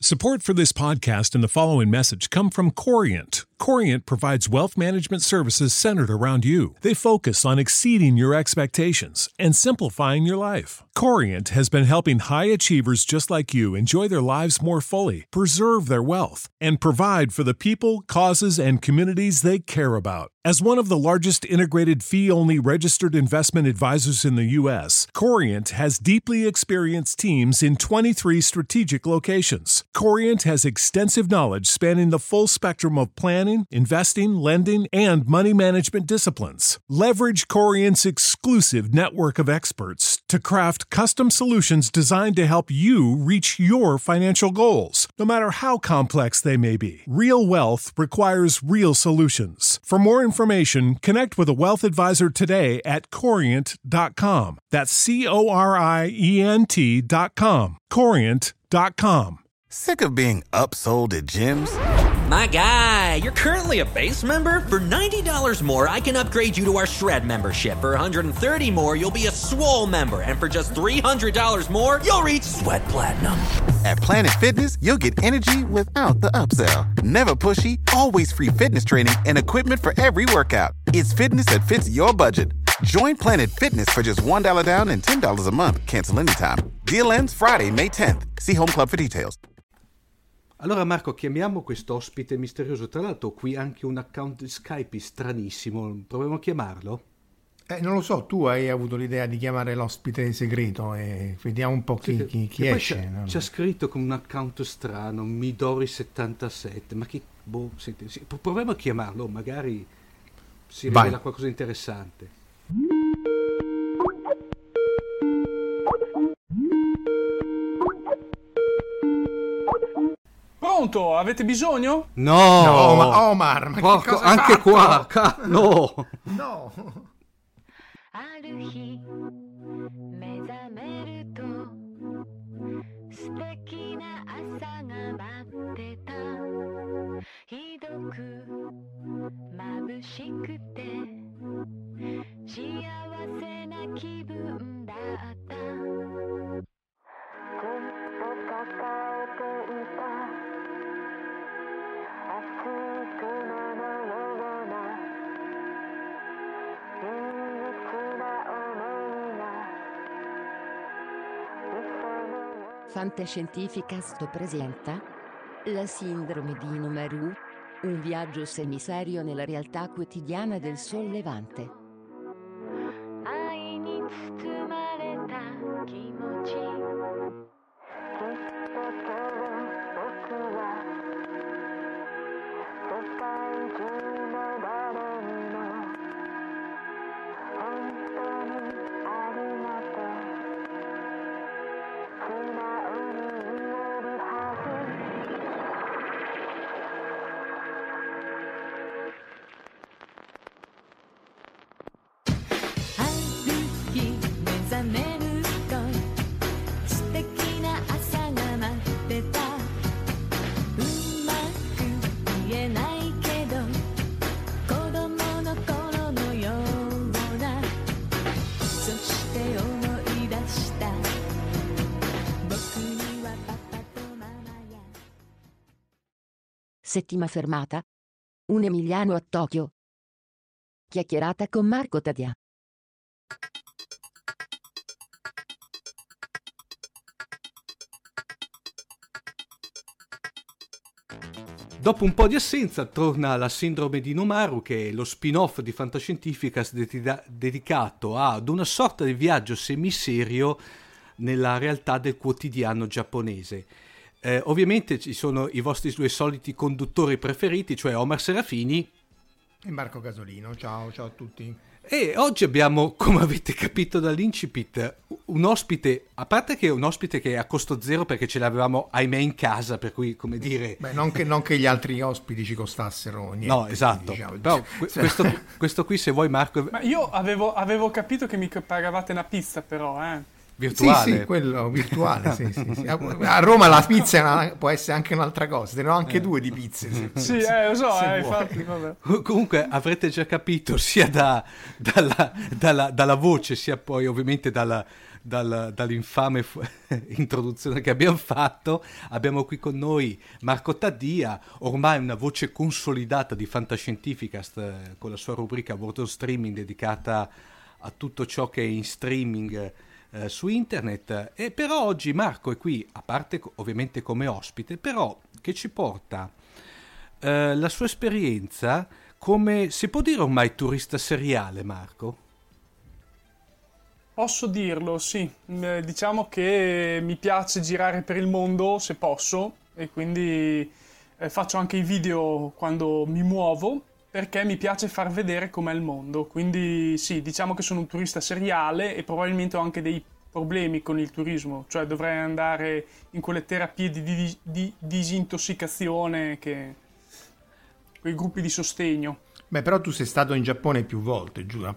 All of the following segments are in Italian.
Support for this podcast and the following message come from Corient. Corient provides wealth management services centered around you. They focus on exceeding your expectations and simplifying your life. Corient has been helping high achievers just like you enjoy their lives more fully, preserve their wealth, and provide for the people, causes, and communities they care about. As one of the largest integrated fee-only registered investment advisors in the U.S., Corient has deeply experienced teams in 23 strategic locations. Corient has extensive knowledge spanning the full spectrum of planning, investing, lending, and money management disciplines. Leverage Corient's exclusive network of experts to craft custom solutions designed to help you reach your financial goals, no matter how complex they may be. Real wealth requires real solutions. For more information, connect with a wealth advisor today at Corient.com. That's Corient.com. Corient.com. Sick of being upsold at gyms? My guy, you're currently a base member? For $90 more, I can upgrade you to our Shred membership. For $130 more, you'll be a Swole member. And for just $300 more, you'll reach Sweat Platinum. At Planet Fitness, you'll get energy without the upsell. Never pushy, always free fitness training and equipment for every workout. It's fitness that fits your budget. Join Planet Fitness for just $1 down and $10 a month. Cancel anytime. Deal ends Friday, May 10th. See Home Club for details. Allora Marco, chiamiamo questo ospite misterioso. Tra l'altro qui anche un account di Skype stranissimo. Proviamo a chiamarlo? Non lo so, tu hai avuto l'idea di chiamare l'ospite segreto e vediamo un po' chi esce. C'è scritto con un account strano, Midori77, ma chi... senti, proviamo a chiamarlo, magari si rivela qualcosa di interessante. Pronto? Avete bisogno? No, ma Omar, ma che cosa hai anche fatto? qua, no. ある日目覚めると素敵な朝が待ってたひどく眩しくて幸せな気分だったずっと抱えていた熱い雲のような Fantascientificast presenta La sindrome di Inomaru, un viaggio semiserio nella realtà quotidiana del Sol Levante. 愛に包まれた気持ちきっと今日僕は世界中の誰にも本当にありがとう素直に言えるはずある日目覚めると素敵な朝が待ってたうまく言えないけど子供の頃のようなそして思い出した僕にはパパとママや Settima fermata. Un emiliano a Tokyo. Chiacchierata con Marco Tadia. Dopo un po' di assenza torna la sindrome di Inomaru, che è lo spin-off di Fantascientificast dedicato ad una sorta di viaggio semiserio nella realtà del quotidiano giapponese. Ovviamente ci sono i vostri due soliti conduttori preferiti, cioè Omar Serafini e Marco Casolino. Ciao a tutti. E oggi abbiamo, come avete capito dall'incipit, un ospite, a parte che è un ospite che è a costo zero perché ce l'avevamo ahimè in casa, per cui, come dire... Beh, non che gli altri ospiti ci costassero niente. No, esatto. Diciamo. Però questo qui, se vuoi Marco... Ma io avevo capito che mi pagavate una pizza però, Virtuale. Sì, quello virtuale, sì. A Roma la pizza può essere anche un'altra cosa, te ne ho anche due di pizze. Sì, lo so, infatti, vabbè. Comunque avrete già capito sia dalla voce, sia poi ovviamente dalla dall'infame introduzione che abbiamo fatto. Abbiamo qui con noi Marco Taddia, ormai una voce consolidata di Fantascientificast, con la sua rubrica World of Streaming dedicata a tutto ciò che è in streaming su internet. E però oggi Marco è qui, a parte ovviamente come ospite, però che ci porta la sua esperienza come, si può dire ormai, turista seriale, Marco? Posso dirlo, sì. Diciamo che mi piace girare per il mondo se posso, e quindi faccio anche i video quando mi muovo, perché mi piace far vedere com'è il mondo. Quindi sì, diciamo che sono un turista seriale e probabilmente ho anche dei problemi con il turismo, cioè dovrei andare in quelle terapie di disintossicazione, quei gruppi di sostegno. Beh, però tu sei stato in Giappone più volte, giuro,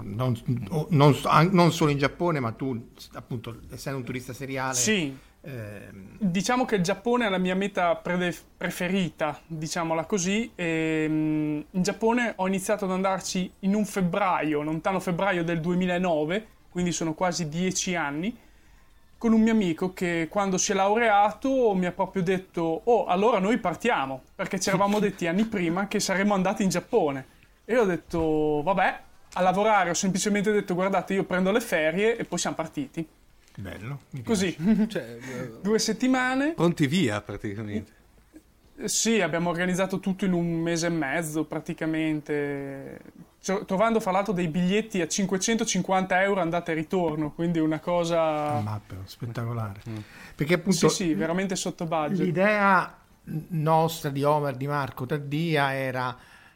non solo in Giappone, ma tu, appunto, essendo un turista seriale... Sì, diciamo che il Giappone è la mia meta preferita, diciamola così, e in Giappone ho iniziato ad andarci in un febbraio, lontano febbraio del 2009, quindi sono quasi 10 anni, con un mio amico che quando si è laureato mi ha proprio detto: oh, allora noi partiamo, perché ci eravamo detti anni prima che saremmo andati in Giappone. E io ho detto vabbè, a lavorare ho semplicemente detto: guardate, io prendo le ferie, e poi siamo partiti. Bello, mi così, cioè, 2 settimane. Pronti via praticamente. Sì, abbiamo organizzato tutto in un mese e mezzo praticamente, trovando fra l'altro dei biglietti a 550 euro andata e ritorno, quindi una cosa... spettacolare. Perché appunto... Sì, veramente sotto budget. L'idea nostra di Omer, di Marco Taddia era...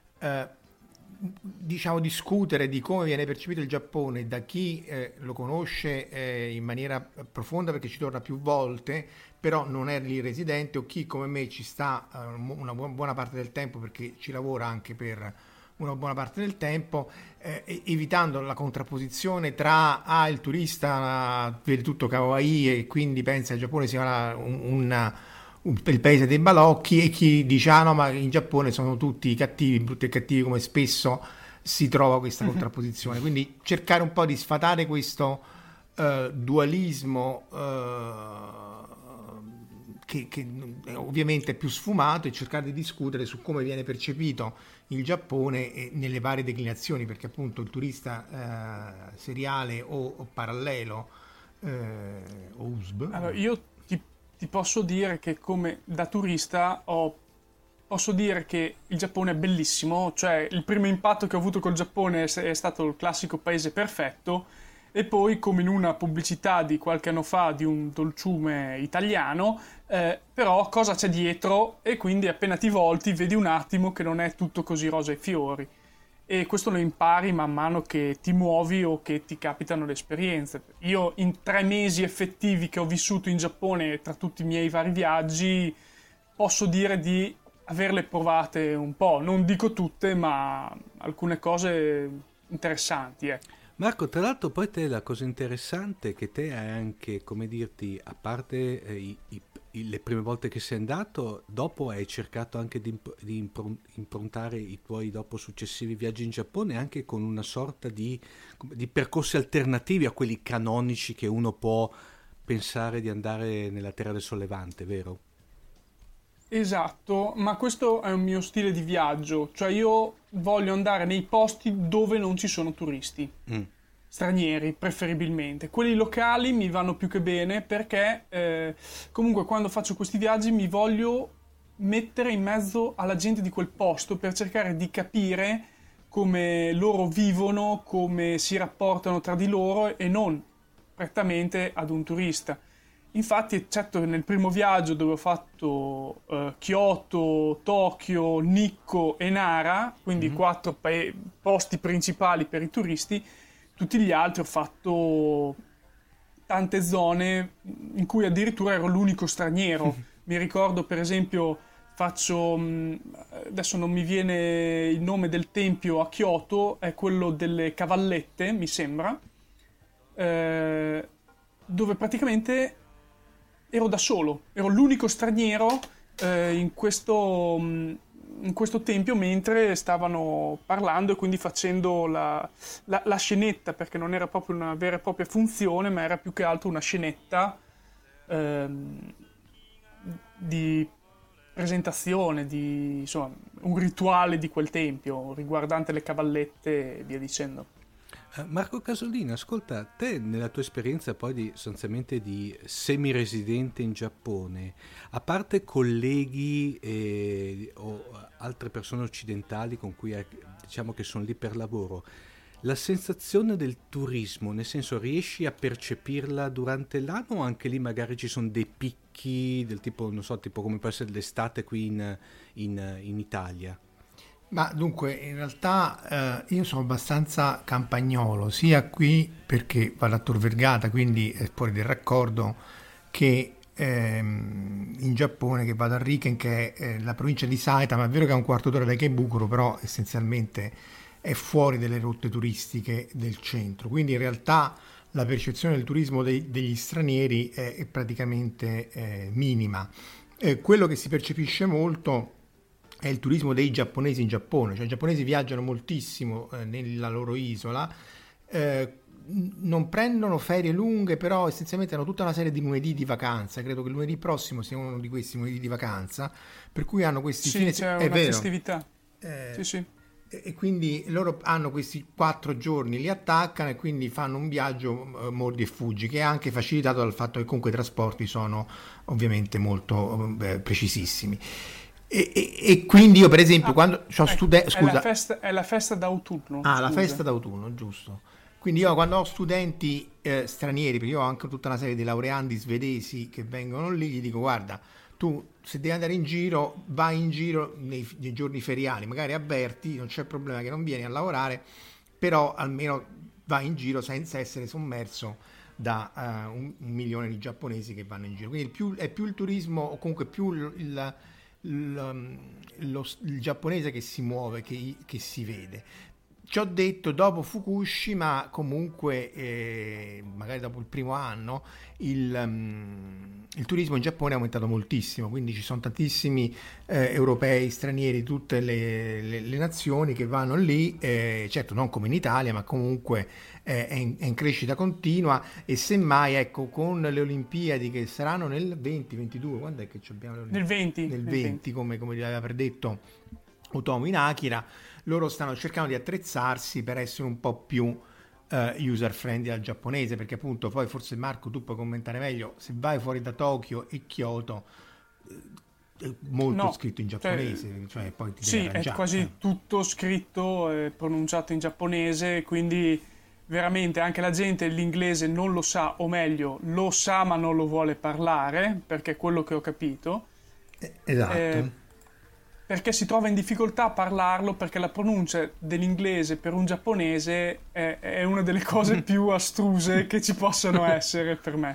diciamo, discutere di come viene percepito il Giappone da chi lo conosce in maniera profonda perché ci torna più volte, però non è lì residente, o chi come me ci sta una buona parte del tempo perché ci lavora anche per una buona parte del tempo, evitando la contrapposizione tra il turista vede tutto kawaii e quindi pensa che il Giappone sia il paese dei balocchi, e chi dice no, ma in Giappone sono tutti cattivi, brutti e cattivi, come spesso si trova questa contrapposizione. Quindi cercare un po' di sfatare questo dualismo che ovviamente è più sfumato, e cercare di discutere su come viene percepito il Giappone nelle varie declinazioni, perché appunto il turista seriale o parallelo o USB. Allora, io ti posso dire che come da turista posso dire che il Giappone è bellissimo, cioè il primo impatto che ho avuto col Giappone è stato il classico paese perfetto, e poi come in una pubblicità di qualche anno fa di un dolciume italiano, però cosa c'è dietro, e quindi appena ti volti vedi un attimo che non è tutto così rosa e fiori. E questo lo impari man mano che ti muovi o che ti capitano le esperienze. Io in 3 mesi effettivi che ho vissuto in Giappone, tra tutti i miei vari viaggi, posso dire di averle provate un po'. Non dico tutte, ma alcune cose interessanti. Marco, tra l'altro poi te la cosa interessante è che te hai anche, come dirti, a parte le prime volte che sei andato, dopo hai cercato anche di improntare i tuoi dopo successivi viaggi in Giappone anche con una sorta di percorsi alternativi a quelli canonici che uno può pensare di andare nella Terra del Sollevante, vero? Esatto, ma questo è un mio stile di viaggio, cioè io voglio andare nei posti dove non ci sono turisti, stranieri preferibilmente. Quelli locali mi vanno più che bene, perché comunque quando faccio questi viaggi mi voglio mettere in mezzo alla gente di quel posto per cercare di capire come loro vivono, come si rapportano tra di loro, e non prettamente ad un turista. Infatti, eccetto nel primo viaggio dove ho fatto Kyoto, Tokyo, Nikko e Nara, quindi 4 posti principali per i turisti, tutti gli altri ho fatto tante zone in cui addirittura ero l'unico straniero. Mi ricordo per esempio, adesso non mi viene il nome del tempio a Kyoto, è quello delle cavallette, mi sembra, dove praticamente ero da solo, ero l'unico straniero in questo in questo tempio mentre stavano parlando e quindi facendo la scenetta, perché non era proprio una vera e propria funzione, ma era più che altro una scenetta di presentazione, insomma, un rituale di quel tempio riguardante le cavallette e via dicendo. Marco Casolino, ascolta, te nella tua esperienza poi sostanzialmente di semiresidente in Giappone, a parte colleghi o altre persone occidentali con cui diciamo che sono lì per lavoro, la sensazione del turismo, nel senso, riesci a percepirla durante l'anno o anche lì magari ci sono dei picchi del tipo, non so, tipo come può essere l'estate qui in Italia? Ma dunque, in realtà io sono abbastanza campagnolo, sia qui perché vado a Tor Vergata, quindi è fuori del raccordo, che in Giappone, che vado a Riken, che è la provincia di Saitama. È vero che è un quarto d'ora da Ikebukuro, però essenzialmente è fuori delle rotte turistiche del centro. Quindi in realtà la percezione del turismo degli stranieri è praticamente minima. Quello che si percepisce molto è il turismo dei giapponesi in Giappone, cioè i giapponesi viaggiano moltissimo nella loro isola, non prendono ferie lunghe, però essenzialmente hanno tutta una serie di lunedì di vacanza. Credo che il lunedì prossimo sia uno di questi lunedì di vacanza, per cui hanno questi c'è una festività. Sì. E quindi loro hanno questi 4 giorni, li attaccano e quindi fanno un viaggio mordi e fuggi, che è anche facilitato dal fatto che comunque i trasporti sono ovviamente molto precisissimi. E quindi io per esempio quando ho studenti, scusa, è la festa d'autunno. La festa d'autunno, giusto. Quindi io quando ho studenti stranieri, perché io ho anche tutta una serie di laureandi svedesi che vengono lì, gli dico: guarda, tu se devi andare in giro, vai in giro nei giorni feriali, magari avverti, non c'è problema che non vieni a lavorare, però almeno vai in giro senza essere sommerso da 1 milione di giapponesi che vanno in giro. Quindi è più il turismo, o comunque più il giapponese che si muove, che si vede. Ci ho detto, dopo Fukushima, comunque magari dopo il primo anno il turismo in Giappone è aumentato moltissimo, quindi ci sono tantissimi europei, stranieri, tutte le nazioni che vanno lì, certo non come in Italia, ma comunque è in crescita continua. E semmai, ecco, con le Olimpiadi che saranno nel 2022, quando è che abbiamo le Olimpiadi? Nel 20, come gli aveva predetto Otomo Akira, loro stanno cercando di attrezzarsi per essere un po' più user friendly al giapponese, perché appunto poi forse Marco tu puoi commentare meglio, se vai fuori da Tokyo e Kyoto è molto scritto in giapponese, cioè poi ti devi arrangiare. È quasi tutto scritto e pronunciato in giapponese, quindi veramente anche la gente l'inglese non lo sa, o meglio lo sa ma non lo vuole parlare, perché è quello che ho capito. Esatto. Perché si trova in difficoltà a parlarlo, perché la pronuncia dell'inglese per un giapponese è una delle cose più astruse che ci possano essere per me.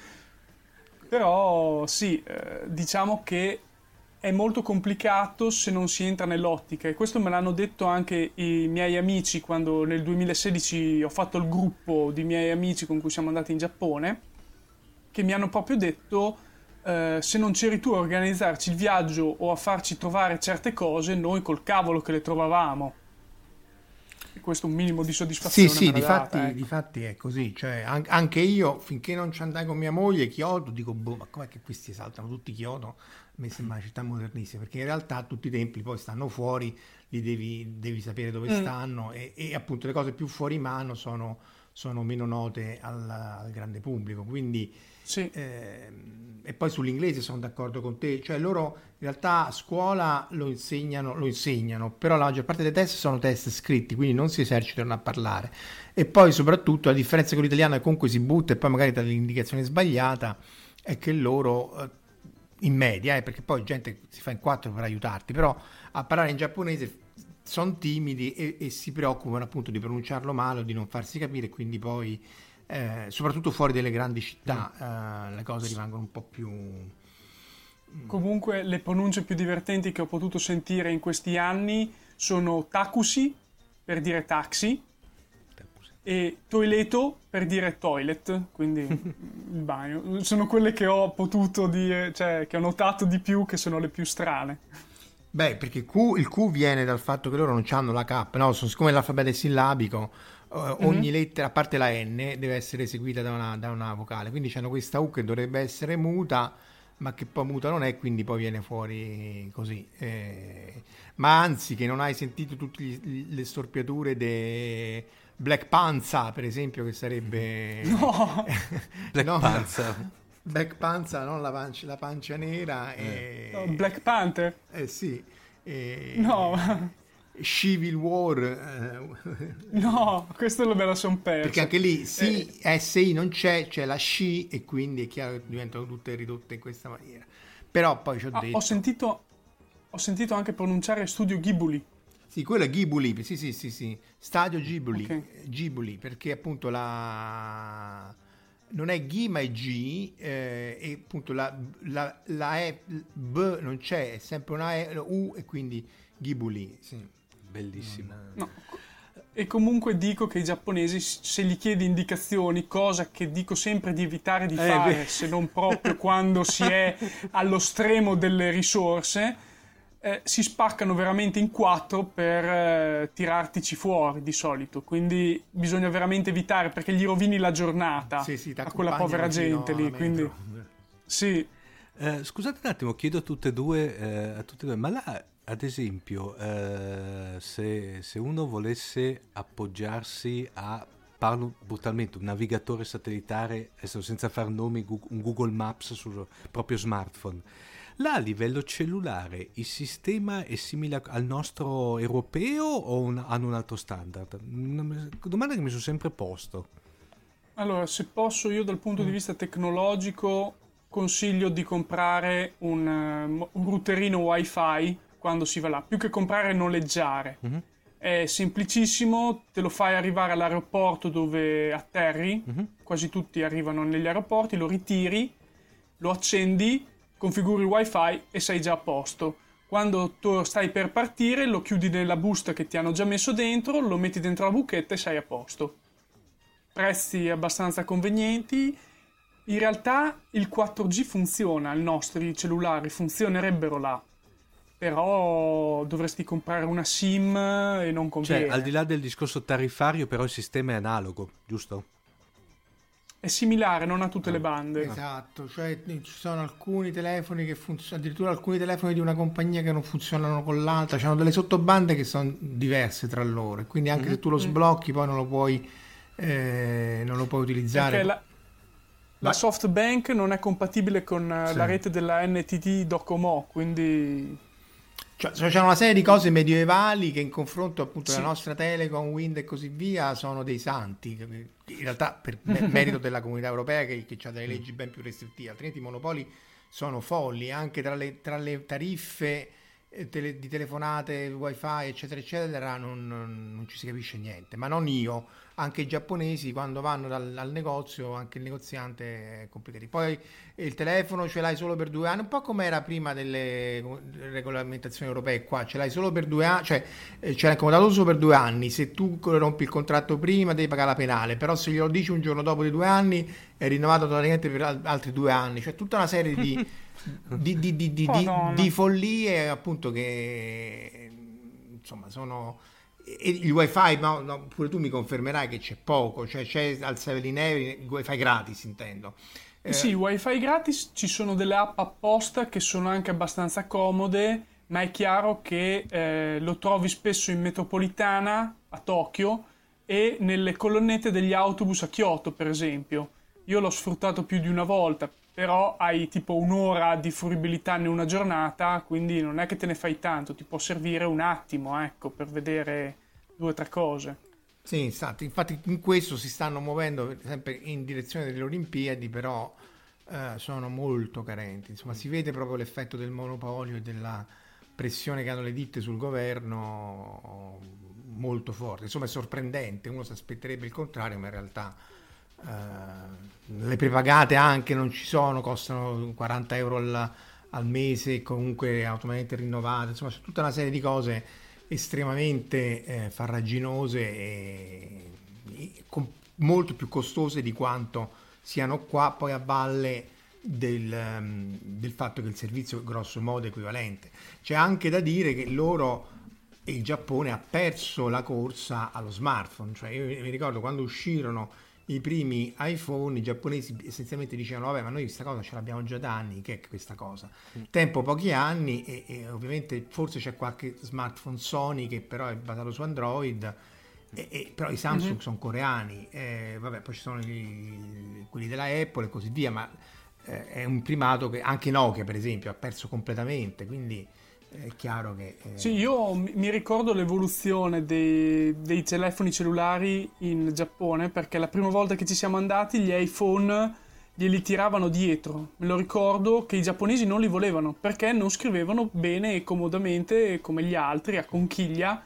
Però sì, diciamo che è molto complicato se non si entra nell'ottica, e questo me l'hanno detto anche i miei amici quando nel 2016 ho fatto il gruppo di miei amici con cui siamo andati in Giappone, che mi hanno proprio detto: se non c'eri tu a organizzarci il viaggio o a farci trovare certe cose, noi col cavolo che le trovavamo. E questo un minimo di soddisfazione. Sì, difatti è così. Cioè, anche io, finché non ci andai con mia moglie, Kyoto, dico: ma com'è che questi esaltano tutti Kyoto? A me sembra una città modernissima, perché in realtà tutti i templi poi stanno fuori, li devi sapere dove stanno, e appunto le cose più fuori mano sono meno note al grande pubblico. Quindi sì. E poi sull'inglese sono d'accordo con te, cioè loro in realtà a scuola lo insegnano, però la maggior parte dei test sono test scritti, quindi non si esercitano a parlare. E poi soprattutto la differenza con l'italiano, che comunque si butta e poi magari dà l'indicazione sbagliata, è che loro in media, perché poi gente si fa in 4 per aiutarti, però a parlare in giapponese sono timidi e si preoccupano appunto di pronunciarlo male o di non farsi capire, quindi poi soprattutto fuori delle grandi città le cose rimangono un po' più... Comunque le pronunce più divertenti che ho potuto sentire in questi anni sono takushi per dire taxi e toileto per dire toilet, quindi il bagno. Sono quelle che ho potuto dire, cioè che ho notato di più, che sono le più strane. Beh, perché il Q viene dal fatto che loro non hanno la K, no? Siccome l'alfabeto è sillabico, ogni lettera, a parte la N, deve essere eseguita da una vocale. Quindi c'hanno questa U che dovrebbe essere muta, ma che poi muta non è, quindi poi viene fuori così. Ma anzi, che non hai sentito tutte le storpiature di Black Panza, per esempio, che sarebbe... No! Black Panza. Black Panza, non la pancia nera. Black Panther? Sì. No. Civil War. No, questo me lo son perso. Perché anche lì SI non c'è la SCI e quindi è chiaro che diventano tutte ridotte in questa maniera. Però poi ci ho detto... Ho sentito anche pronunciare Studio Ghibli. Sì, quello è Ghibli, sì. Stadio Ghibli. Okay. Ghibli, perché appunto non è G ma è G, e appunto la E, B non c'è, è sempre una E, U e quindi Ghibli, sì. Bellissimo. No. E comunque dico che i giapponesi, se gli chiedi indicazioni, cosa che dico sempre di evitare di fare, se non proprio quando si è allo stremo delle risorse, si spaccano veramente in 4 per tirartici fuori di solito, quindi bisogna veramente evitare, perché gli rovini la giornata a quella povera gente lì, quindi sì. Scusate un attimo, chiedo a tutte e due, ma là ad esempio se uno volesse appoggiarsi a, parlo brutalmente, un navigatore satellitare, adesso senza far nomi, un Google Maps sul proprio smartphone, là a livello cellulare il sistema è simile al nostro europeo o hanno un altro standard? Una domanda che mi sono sempre posto. Allora, se posso, io dal punto di vista tecnologico consiglio di comprare un routerino wifi quando si va là, più che comprare noleggiare. È semplicissimo, te lo fai arrivare all'aeroporto dove atterri, quasi tutti arrivano negli aeroporti, lo ritiri, lo accendi, configuri il wifi e sei già a posto. Quando tu stai per partire lo chiudi nella busta che ti hanno già messo dentro, lo metti dentro la buchetta e sei a posto. Prezzi abbastanza convenienti. In realtà il 4G funziona, i nostri cellulari funzionerebbero là, però dovresti comprare una SIM e non conviene. Cioè, al di là del discorso tariffario, però il sistema è analogo, giusto? È similare, non a tutte le bande. Esatto, cioè ci sono alcuni telefoni che funzionano, addirittura alcuni telefoni di una compagnia che non funzionano con l'altra, hanno delle sottobande che sono diverse tra loro, quindi anche se tu lo sblocchi poi non lo puoi utilizzare. Perché la SoftBank non è compatibile con la rete della NTT Docomo, quindi... Cioè, c'è una serie di cose medievali che in confronto appunto alla nostra Telecom, Wind e così via sono dei santi, in realtà per merito della comunità europea che ha delle leggi ben più restrittive, altrimenti i monopoli sono folli, anche tra le tariffe di telefonate, wifi eccetera eccetera non ci si capisce niente, ma non io, anche i giapponesi quando vanno al negozio, anche il negoziante è complicato. Poi il telefono ce l'hai solo per 2 anni, un po' come era prima delle regolamentazioni europee, qua ce l'hai solo per 2 anni, cioè ce l'hai accomodato solo per 2 anni, se tu rompi il contratto prima devi pagare la penale, però se glielo dici un giorno dopo di 2 anni è rinnovato totalmente per altri 2 anni, cioè tutta una serie di follie appunto che insomma sono... E il wifi, no, pure tu mi confermerai che c'è poco, cioè c'è al 7-Eleven il wifi gratis, intendo. Sì, wifi gratis, ci sono delle app apposta che sono anche abbastanza comode, ma è chiaro che lo trovi spesso in metropolitana a Tokyo e nelle colonnette degli autobus a Kyoto, per esempio. Io l'ho sfruttato più di una volta, però hai tipo un'ora di fruibilità in una giornata, quindi non è che te ne fai tanto, ti può servire un attimo, ecco, per vedere 2 o 3 cose. Sì, infatti in questo si stanno muovendo sempre in direzione delle Olimpiadi, però sono molto carenti, insomma si vede proprio l'effetto del monopolio e della pressione che hanno le ditte sul governo molto forte, insomma è sorprendente, uno si aspetterebbe il contrario, ma in realtà le prepagate anche non ci sono, costano 40 euro al mese e comunque automaticamente rinnovate, insomma c'è tutta una serie di cose estremamente farraginose e molto più costose di quanto siano qua, poi a valle del fatto che il servizio grosso modo è equivalente. C'è anche da dire che il Giappone ha perso la corsa allo smartphone, cioè io mi ricordo quando uscirono i primi iPhone, i giapponesi essenzialmente dicevano vabbè, ma noi questa cosa ce l'abbiamo già da anni, che è questa cosa? Tempo pochi anni e ovviamente forse c'è qualche smartphone Sony che però è basato su Android, però i Samsung sono coreani, vabbè, poi ci sono quelli della Apple e così via, ma è un primato che anche Nokia per esempio ha perso completamente, quindi è chiaro che... Sì, io mi ricordo l'evoluzione dei telefoni cellulari in Giappone, perché la prima volta che ci siamo andati gli iPhone glieli tiravano dietro. Me lo ricordo che i giapponesi non li volevano, perché non scrivevano bene e comodamente come gli altri, a conchiglia,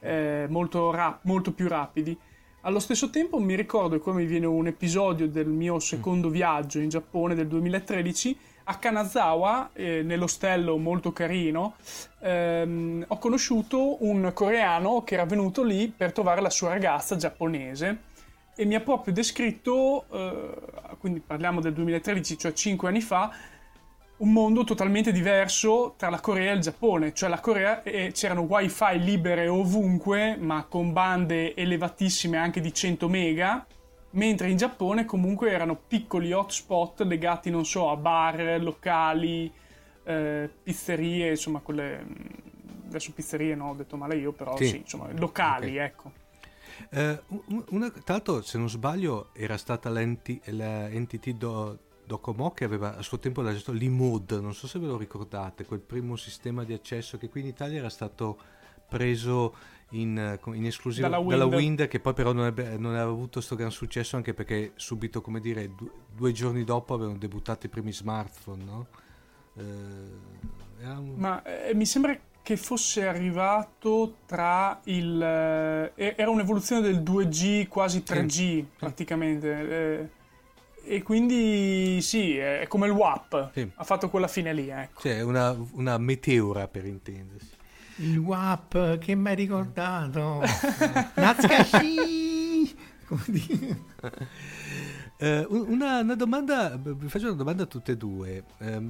molto più rapidi. Allo stesso tempo mi ricordo come viene un episodio del mio secondo viaggio in Giappone del 2013, a Kanazawa, nell'ostello molto carino, ho conosciuto un coreano che era venuto lì per trovare la sua ragazza giapponese e mi ha proprio descritto, quindi parliamo del 2013, cioè 5 anni fa, un mondo totalmente diverso tra la Corea e il Giappone. Cioè la Corea c'erano wifi libere ovunque, ma con bande elevatissime anche di 100 mega, mentre in Giappone comunque erano piccoli hotspot legati, non so, a bar, locali, pizzerie, insomma quelle... Adesso pizzerie no, ho detto male io, però sì insomma, locali, okay. Ecco. Tra l'altro, se non sbaglio, era stata la NTT Docomo che aveva a suo tempo l'eMode, non so se ve lo ricordate, quel primo sistema di accesso che qui in Italia era stato preso in esclusiva dalla Wind, che poi però non aveva avuto questo gran successo, anche perché subito, come dire, 2 giorni dopo avevano debuttato i primi smartphone, no? Ma mi sembra che fosse arrivato tra era un'evoluzione del 2G, quasi 3G praticamente, e quindi sì, è come il WAP, ha fatto quella fine lì, ecco. Cioè una meteora, per intendersi. Il WAP che mi hai ricordato. Natsukashi. Una domanda, vi faccio una domanda a tutte e due.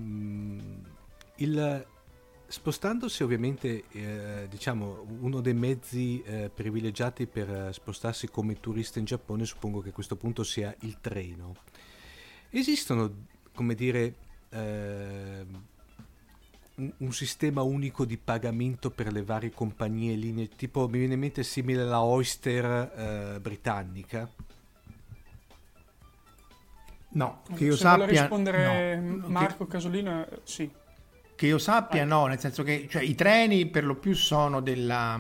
Spostandosi ovviamente, diciamo, uno dei mezzi privilegiati per spostarsi come turista in Giappone, suppongo che a questo punto sia il treno. Esistono, come dire, un sistema unico di pagamento per le varie compagnie linee, tipo mi viene in mente simile alla Oyster britannica? No, che io se sappia... vuole rispondere no, Marco Casolino, sì. Che io sappia no, nel senso che cioè, i treni per lo più sono della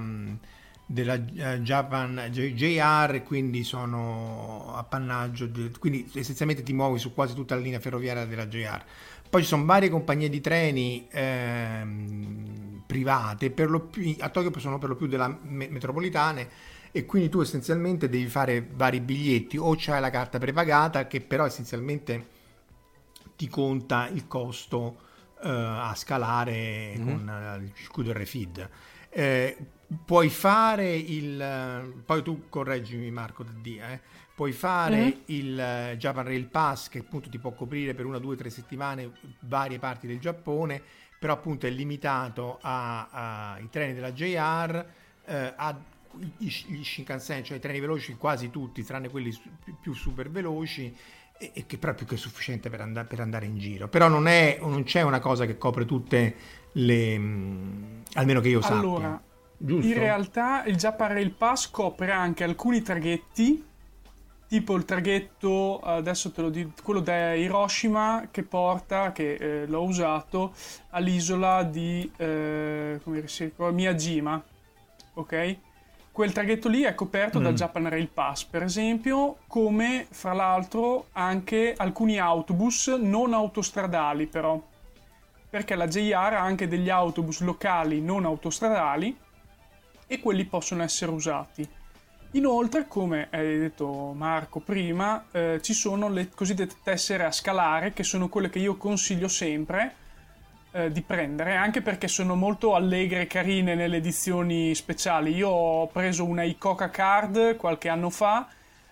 Japan JR, quindi sono appannaggio, quindi essenzialmente ti muovi su quasi tutta la linea ferroviaria della JR. Poi ci sono varie compagnie di treni private, per lo più, a Tokyo sono per lo più della metropolitane, e quindi tu essenzialmente devi fare vari biglietti, o c'hai la carta prepagata che però essenzialmente ti conta il costo a scalare con il circuito RFID. Puoi fare poi tu correggimi Marco puoi fare il Japan Rail Pass, che appunto ti può coprire per 1, 2, 3 settimane varie parti del Giappone, però appunto è limitato ai treni della JR, gli Shinkansen, cioè i treni veloci quasi tutti tranne quelli più super veloci, e che però è più che sufficiente per andare in giro. Però non c'è una cosa che copre tutte le, almeno che io sappia. Allora, giusto? In realtà il Japan Rail Pass copre anche alcuni traghetti, tipo il traghetto, adesso te lo dico, quello da Hiroshima che porta, che l'ho usato, all'isola di come si ricorda, Miyajima, ok? Quel traghetto lì è coperto dal Japan Rail Pass, per esempio, come fra l'altro anche alcuni autobus non autostradali però, perché la JR ha anche degli autobus locali non autostradali e quelli possono essere usati. Inoltre, come hai detto Marco prima, ci sono le cosiddette tessere a scalare, che sono quelle che io consiglio sempre di prendere, anche perché sono molto allegre e carine nelle edizioni speciali. Io ho preso una Icoca Card qualche anno fa,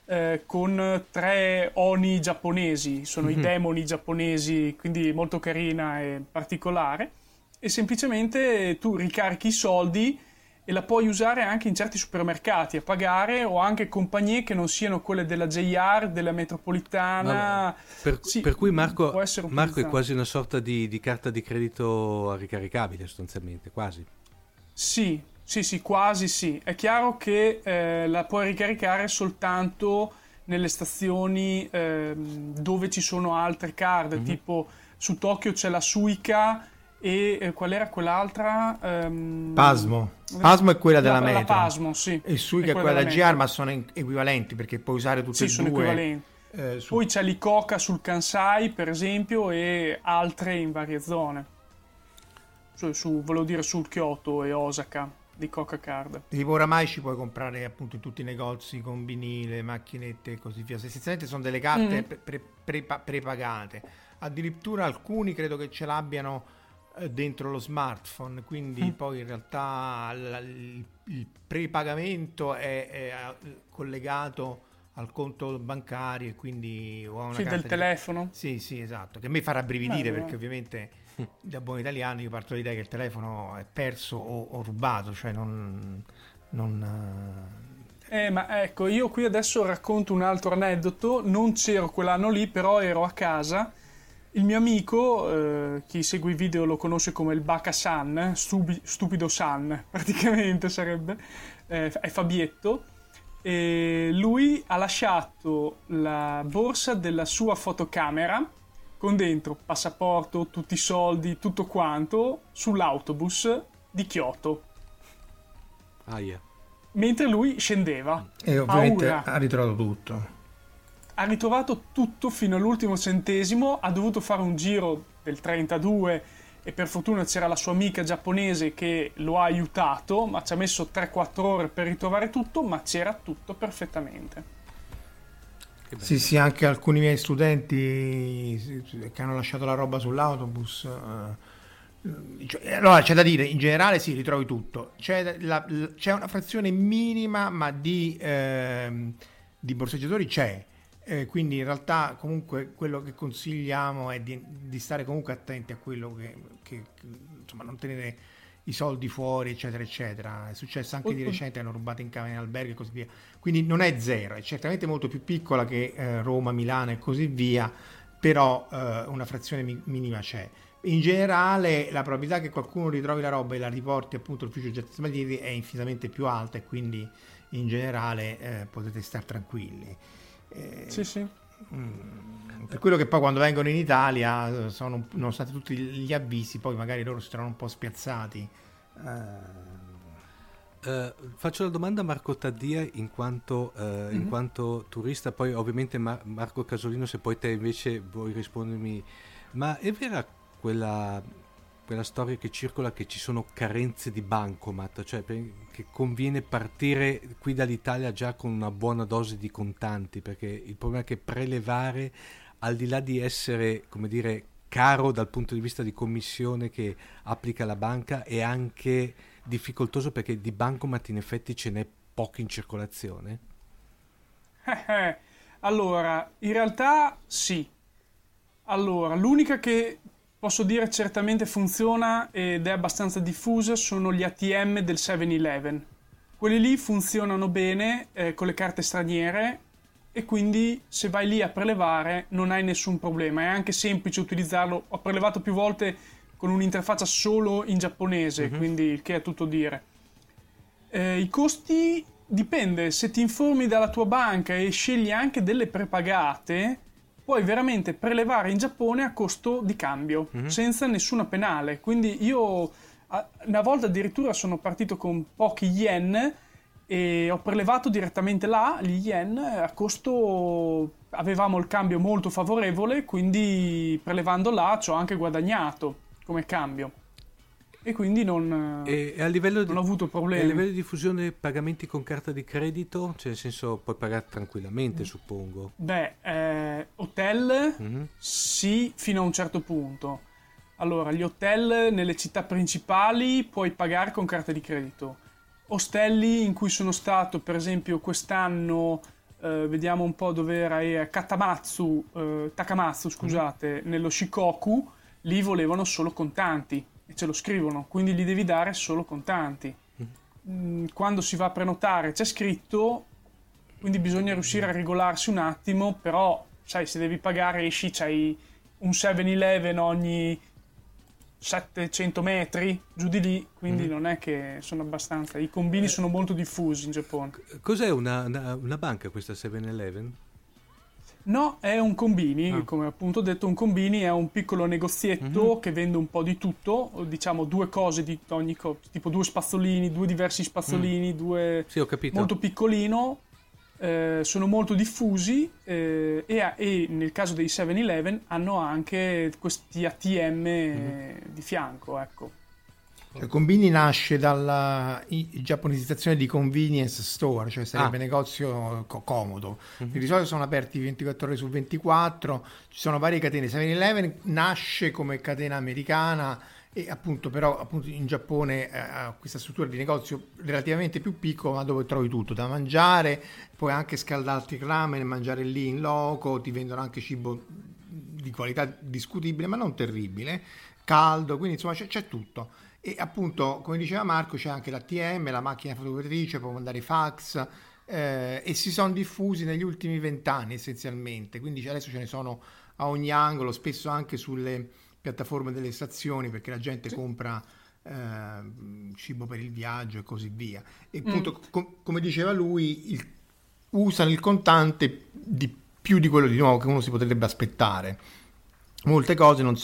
con 3 oni giapponesi, sono i demoni giapponesi, quindi molto carina e particolare, e semplicemente tu ricarichi i soldi e la puoi usare anche in certi supermercati a pagare, o anche compagnie che non siano quelle della JR, della metropolitana. Per cui Marco può essere è utilizzata. quasi una sorta di carta di credito ricaricabile, sostanzialmente, quasi. Sì, quasi sì. È chiaro che la puoi ricaricare soltanto nelle stazioni dove ci sono altre card, tipo su Tokyo c'è la Suica e qual era quell'altra? Pasmo è quella della metro. La Pasmo, sì. E Suica è quella della GR, ma sono equivalenti perché puoi usare tutte e sono due. Equivalenti. Poi c'è l'Icoca sul Kansai, per esempio, e altre in varie zone. Volevo dire sul Kyoto e Osaka di Coca Card. Tipo oramai ci puoi comprare appunto in tutti i negozi con vinile, macchinette e così via. Essenzialmente sono delle carte prepagate. Addirittura alcuni credo che ce l'abbiano dentro lo smartphone, quindi poi in realtà il prepagamento è collegato al conto bancario e quindi o a una carta del telefono? Sì, esatto, che a me fa rabbrividire perché ovviamente da buon italiano io parto dall'idea che il telefono è perso o rubato, cioè non ma ecco, io qui adesso racconto un altro aneddoto. Non c'ero quell'anno lì, però ero a casa. Il mio amico, chi segue i video lo conosce come il Baka-san, stupido san, praticamente sarebbe, è Fabietto, e lui ha lasciato la borsa della sua fotocamera con dentro passaporto, tutti i soldi, tutto quanto, sull'autobus di Kyoto. Mentre lui scendeva. E ovviamente Paura. ha ritrovato tutto. Ha ritrovato tutto fino all'ultimo centesimo, ha dovuto fare un giro del 32 e per fortuna c'era la sua amica giapponese che lo ha aiutato, ma ci ha messo 3-4 ore per ritrovare tutto, ma c'era tutto perfettamente. Sì, anche alcuni miei studenti che hanno lasciato la roba sull'autobus. Allora c'è da dire, in generale sì, ritrovi tutto. C'è una frazione minima, ma di borseggiatori c'è. Quindi in realtà comunque quello che consigliamo è di stare comunque attenti a quello che insomma non tenere i soldi fuori eccetera eccetera. È successo anche di recente, hanno rubato in camera in alberghi e così via, quindi non è zero, è certamente molto più piccola che Roma, Milano e così via, però una frazione minima c'è. In generale la probabilità che qualcuno ritrovi la roba e la riporti appunto all'ufficio oggetti smaltiti è infinitamente più alta, e quindi in generale potete stare tranquilli. Sì. Per quello che poi quando vengono in Italia sono stati tutti gli avvisi, poi magari loro si trovano un po' spiazzati. Faccio la domanda a Marco Taddia in quanto turista, poi ovviamente Marco Casolino, se poi te invece vuoi rispondermi, ma è vera quella storia che circola che ci sono carenze di bancomat, cioè che conviene partire qui dall'Italia già con una buona dose di contanti, perché il problema è che prelevare, al di là di essere, come dire, caro dal punto di vista di commissione che applica la banca, è anche difficoltoso perché di bancomat in effetti ce n'è pochi in circolazione. Allora, in realtà sì. Allora, l'unica che posso dire certamente funziona ed è abbastanza diffusa sono gli ATM del 7-Eleven. Quelli lì funzionano bene con le carte straniere, e quindi se vai lì a prelevare non hai nessun problema, è anche semplice utilizzarlo. Ho prelevato più volte con un'interfaccia solo in giapponese, quindi il che è tutto dire. I costi dipende, se ti informi dalla tua banca e scegli anche delle prepagate, puoi veramente prelevare in Giappone a costo di cambio, senza nessuna penale. Quindi io una volta addirittura sono partito con pochi yen e ho prelevato direttamente là gli yen a costo, avevamo il cambio molto favorevole, quindi prelevando là ci ho anche guadagnato come cambio, e quindi non ho avuto problemi. A livello di diffusione pagamenti con carta di credito, cioè nel senso puoi pagare tranquillamente, suppongo. Hotel sì, fino a un certo punto. Allora, gli hotel nelle città principali puoi pagare con carta di credito. Ostelli in cui sono stato, per esempio quest'anno vediamo un po' dove era Takamatsu, scusate, nello Shikoku, lì volevano solo contanti e ce lo scrivono, quindi gli devi dare solo contanti. Quando si va a prenotare c'è scritto, quindi bisogna riuscire a regolarsi un attimo, però sai, se devi pagare esci, c'hai un 7-Eleven ogni 700 metri, giù di lì, quindi non è che sono abbastanza, i combini sono molto diffusi in Giappone. Cos'è una banca questa 7-Eleven? No, è un combini, come appunto ho detto, un combini è un piccolo negozietto che vende un po' di tutto, diciamo 2 cose di ogni cosa, tipo 2 spazzolini, 2 diversi spazzolini, Sì, ho capito. molto piccolino, sono molto diffusi e nel caso dei 7-Eleven hanno anche questi ATM di fianco, ecco. Cioè, Combini nasce dalla giapponesizzazione di convenience store, cioè sarebbe negozio comodo. Di solito sono aperti 24 ore su 24, ci sono varie catene. 7-Eleven nasce come catena americana e appunto in Giappone ha questa struttura di negozio relativamente più piccola, ma dove trovi tutto da mangiare, puoi anche scaldarti il ramen e mangiare lì in loco, ti vendono anche cibo di qualità discutibile ma non terribile, caldo, quindi insomma c'è tutto. E appunto, come diceva Marco, c'è anche l'ATM, la macchina fotocopiatrice, può mandare fax, e si sono diffusi negli ultimi 20 anni essenzialmente, quindi adesso ce ne sono a ogni angolo, spesso anche sulle piattaforme delle stazioni, perché la gente compra cibo per il viaggio e così via. E appunto, come diceva lui, usano il contante di più di quello di nuovo che uno si potrebbe aspettare. Molti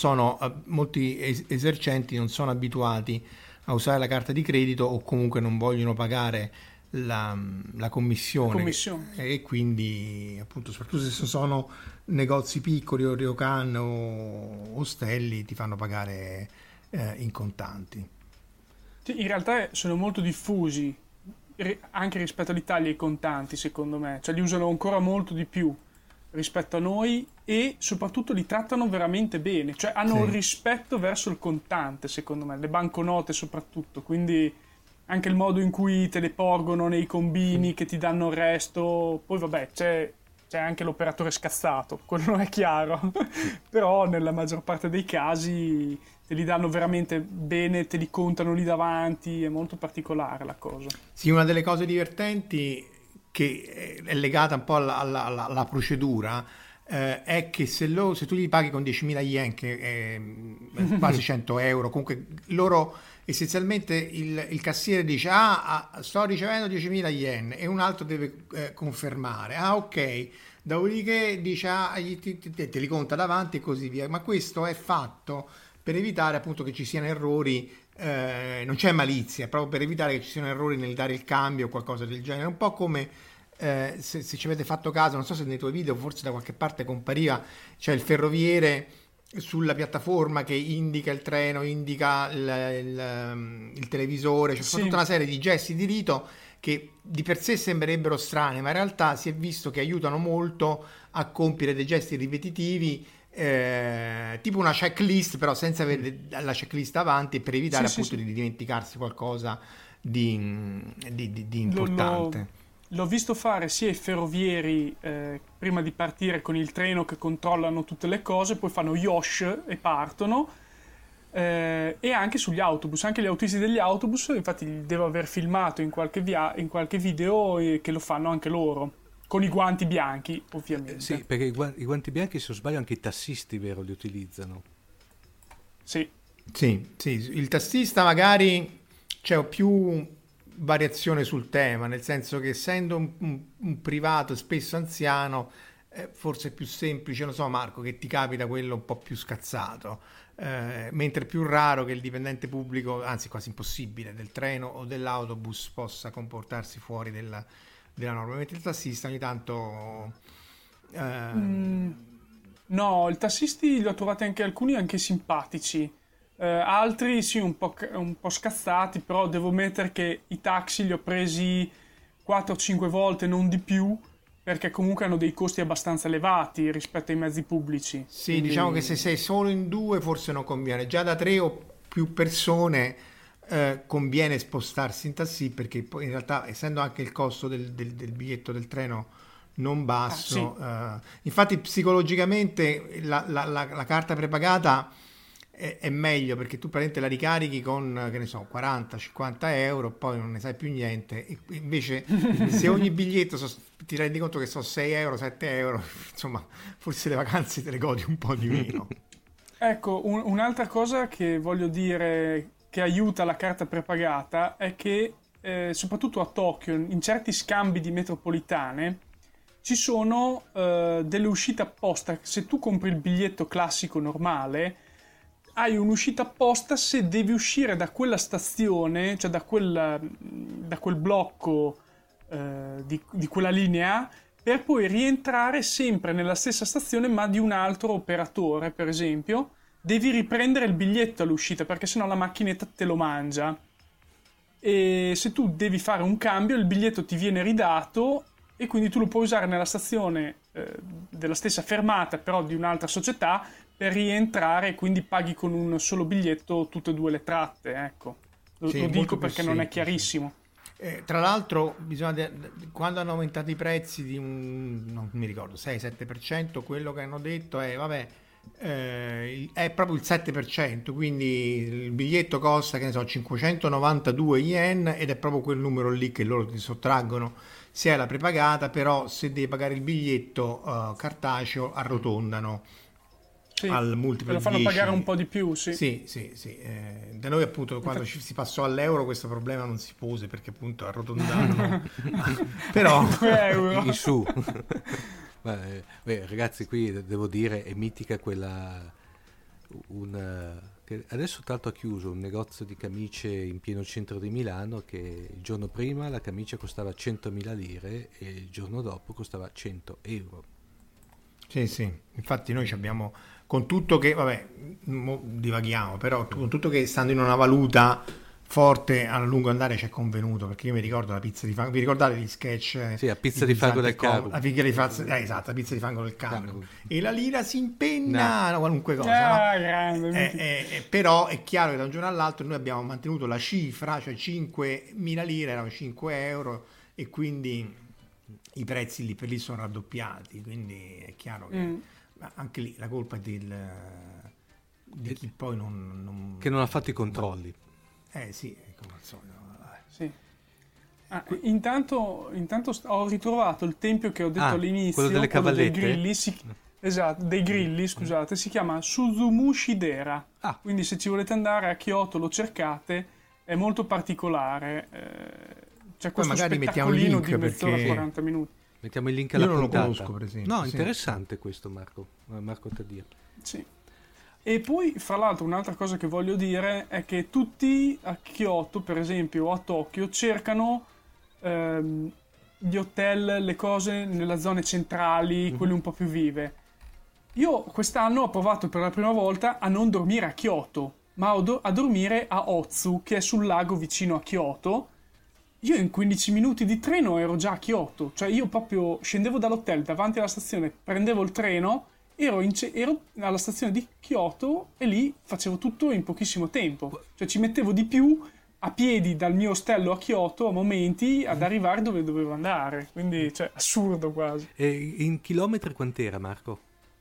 esercenti non sono abituati a usare la carta di credito o comunque non vogliono pagare la commissione. E quindi appunto, soprattutto se sono negozi piccoli o ryokan o ostelli, ti fanno pagare in contanti. In realtà sono molto diffusi anche rispetto all'Italia i contanti, secondo me, cioè li usano ancora molto di più rispetto a noi e soprattutto li trattano veramente bene, cioè hanno un rispetto verso il contante, secondo me, le banconote soprattutto, quindi anche il modo in cui te le porgono nei combini che ti danno il resto, poi vabbè c'è anche l'operatore scazzato, quello è chiaro, però nella maggior parte dei casi te li danno veramente bene, te li contano lì davanti, è molto particolare la cosa. Sì, una delle cose divertenti che è legata un po' alla procedura è che se tu gli paghi con 10.000 yen, che è quasi 100 euro, comunque loro essenzialmente il cassiere dice sto ricevendo 10.000 yen e un altro deve confermare, ok, dopodiché dice te li conta davanti e così via, ma questo è fatto per evitare appunto che ci siano errori. Non c'è malizia, è proprio per evitare che ci siano errori nel dare il cambio o qualcosa del genere, un po' come se ci avete fatto caso, non so se nei tuoi video forse da qualche parte compariva, c'è il ferroviere sulla piattaforma che indica il treno, indica il televisore, c'è tutta una serie di gesti di rito che di per sé sembrerebbero strani, ma in realtà si è visto che aiutano molto a compiere dei gesti ripetitivi, tipo una checklist, però senza avere la checklist avanti, per evitare di dimenticarsi qualcosa di importante. L'ho visto fare sia i ferrovieri prima di partire con il treno, che controllano tutte le cose, poi fanno Yosh e partono, e anche sugli autobus, anche gli autisti degli autobus, infatti li devo aver filmato in qualche video che lo fanno anche loro. Con i guanti bianchi, ovviamente. Sì, perché i guanti bianchi, se non sbaglio, anche i tassisti, vero, li utilizzano. Sì, il tassista magari c'è più variazione sul tema, nel senso che essendo un privato spesso anziano, forse è più semplice, non so Marco, che ti capita quello un po' più scazzato, mentre è più raro che il dipendente pubblico, anzi quasi impossibile, del treno o dell'autobus possa comportarsi fuori della norma, mentre il tassista ogni tanto no, i tassisti li ho trovati anche alcuni simpatici, altri sì un po' scazzati, però devo mettere che i taxi li ho presi 4 o 5 volte, non di più, perché comunque hanno dei costi abbastanza elevati rispetto ai mezzi pubblici. Sì, quindi diciamo che se sei solo in 2 forse non conviene, già da 3 o più persone conviene spostarsi in taxi, perché poi in realtà, essendo anche il costo del biglietto del treno non basso. Infatti psicologicamente la carta prepagata è meglio, perché tu praticamente la ricarichi con, che ne so, 40-50 euro, poi non ne sai più niente. E invece se ogni biglietto ti rendi conto che sono 6 euro, 7 euro, insomma, forse le vacanze te le godi un po' di meno. Ecco, un'altra cosa che voglio dire che aiuta la carta prepagata è che soprattutto a Tokyo, in certi scambi di metropolitane, ci sono delle uscite apposta. Se tu compri il biglietto classico normale, hai un'uscita apposta se devi uscire da quella stazione, cioè da quel blocco di quella linea, per poi rientrare sempre nella stessa stazione ma di un altro operatore. Per esempio, devi riprendere il biglietto all'uscita, perché sennò la macchinetta te lo mangia. E se tu devi fare un cambio, il biglietto ti viene ridato e quindi tu lo puoi usare nella stazione della stessa fermata, però di un'altra società, per rientrare, e quindi paghi con un solo biglietto tutte e due le tratte. Ecco, lo dico perché non è chiarissimo. Tra l'altro, quando hanno aumentato i prezzi di non mi ricordo, 6-7%, quello che hanno detto è proprio il 7%, quindi il biglietto costa, che ne so, 592 yen, ed è proprio quel numero lì che loro ti sottraggono se è la prepagata. Però se devi pagare il biglietto cartaceo, arrotondano al multiplo, lo fanno 10. pagare un po' di più, sì. Da noi appunto quando si passò all'euro questo problema non si pose, perché appunto arrotondavano però in su. Ragazzi, qui devo dire è mitica quella che adesso tanto ha chiuso, un negozio di camicie in pieno centro di Milano, che il giorno prima la camicia costava 100.000 lire e il giorno dopo costava 100 euro. Sì, infatti noi abbiamo, con tutto che, divaghiamo, però con tutto che stando in una valuta forte, a lungo andare c'è convenuto, perché io mi ricordo la pizza di fango, vi ricordate gli sketch? Sì, la pizza di fango del carro. La pizza di esatto, la pizza di fango del carro. E la lira si impenna, qualunque cosa, no? Però è chiaro che da un giorno all'altro noi abbiamo mantenuto la cifra, cioè 5.000 lire erano 5 euro, e quindi i prezzi lì per lì sono raddoppiati, quindi è chiaro che anche lì la colpa è di chi poi che non ha fatto i controlli. Sì, come al solito. Sì. Intanto ho ritrovato il tempio che ho detto all'inizio, quello delle cavallette, dei grilli, esatto, dei grilli, scusate, si chiama Suzumushidera. Quindi se ci volete andare a Kyoto lo cercate, è molto particolare. C'è questo magari spettacolino mettiamo il link, di mezz'ora, perché 40 minuti. Mettiamo il link alla puntata. Io non lo conosco, per esempio. No, interessante questo, Marco Taddia. Sì. E poi, fra l'altro, un'altra cosa che voglio dire è che tutti a Kyoto, per esempio, o a Tokyo, cercano gli hotel, le cose nelle zone centrali, quelle un po' più vive. Io quest'anno ho provato per la prima volta a non dormire a Kyoto, ma a dormire a Otsu, che è sul lago vicino a Kyoto. Io in 15 minuti di treno ero già a Kyoto, cioè io proprio scendevo dall'hotel davanti alla stazione, prendevo il treno, ero alla stazione di Kyoto e lì facevo tutto in pochissimo tempo, cioè ci mettevo di più a piedi dal mio ostello a Kyoto a momenti ad arrivare dove dovevo andare, quindi cioè assurdo quasi. E in chilometri quant'era, Marco?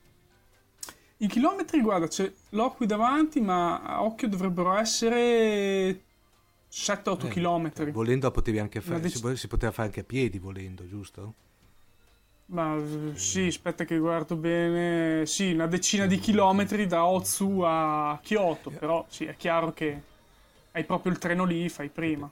I chilometri, guarda, l'ho qui davanti, ma a occhio dovrebbero essere 7-8 chilometri. Volendo potevi anche fare, si poteva fare anche a piedi volendo, giusto? Ma sì, aspetta che guardo bene. Sì, una decina di chilometri da Otsu a Kyoto, però sì, è chiaro che hai proprio il treno lì, fai prima.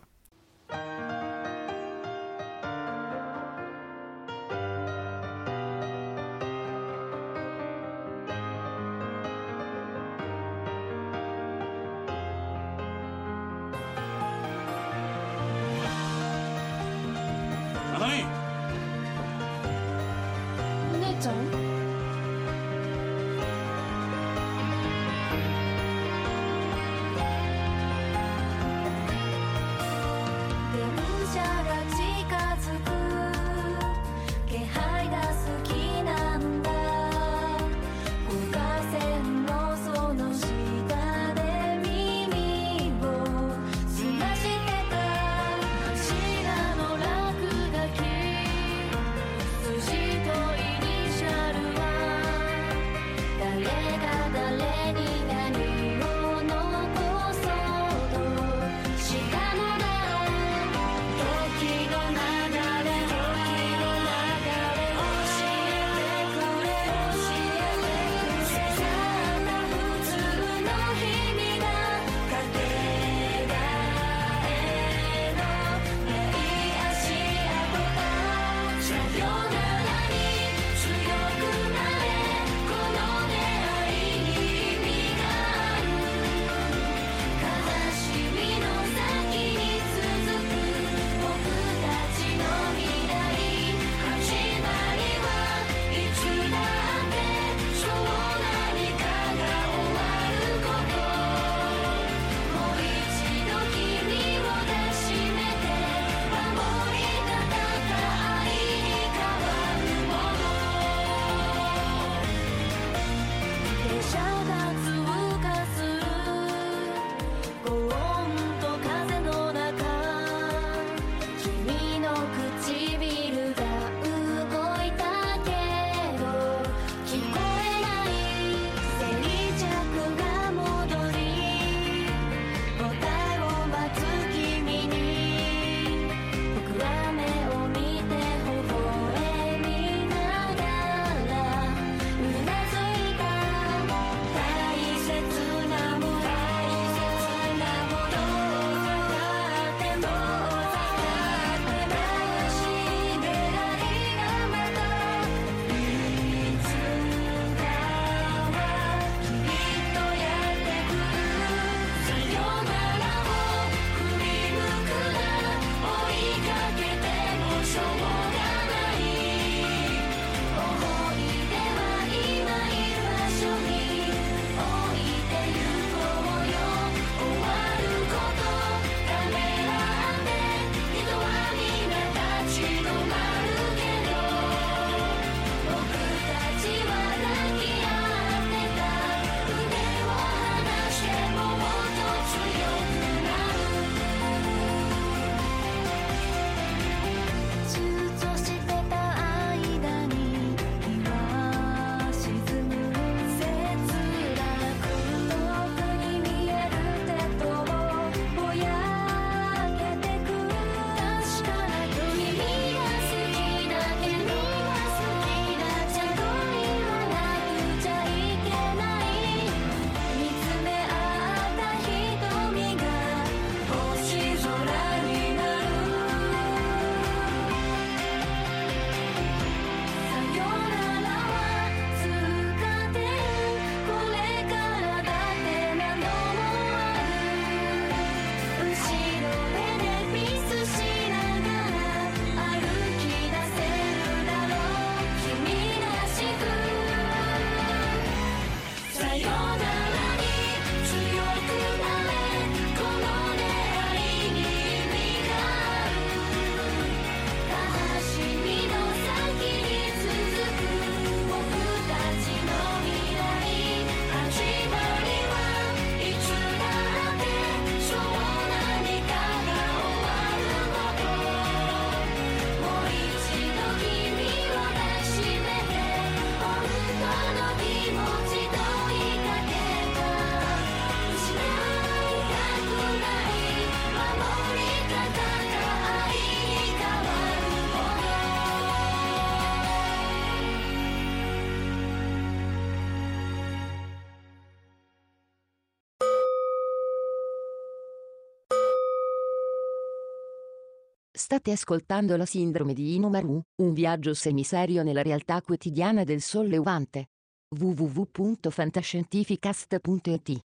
State ascoltando la sindrome di Inomaru, un viaggio semiserio nella realtà quotidiana del sollevante. www.fantascientificast.it.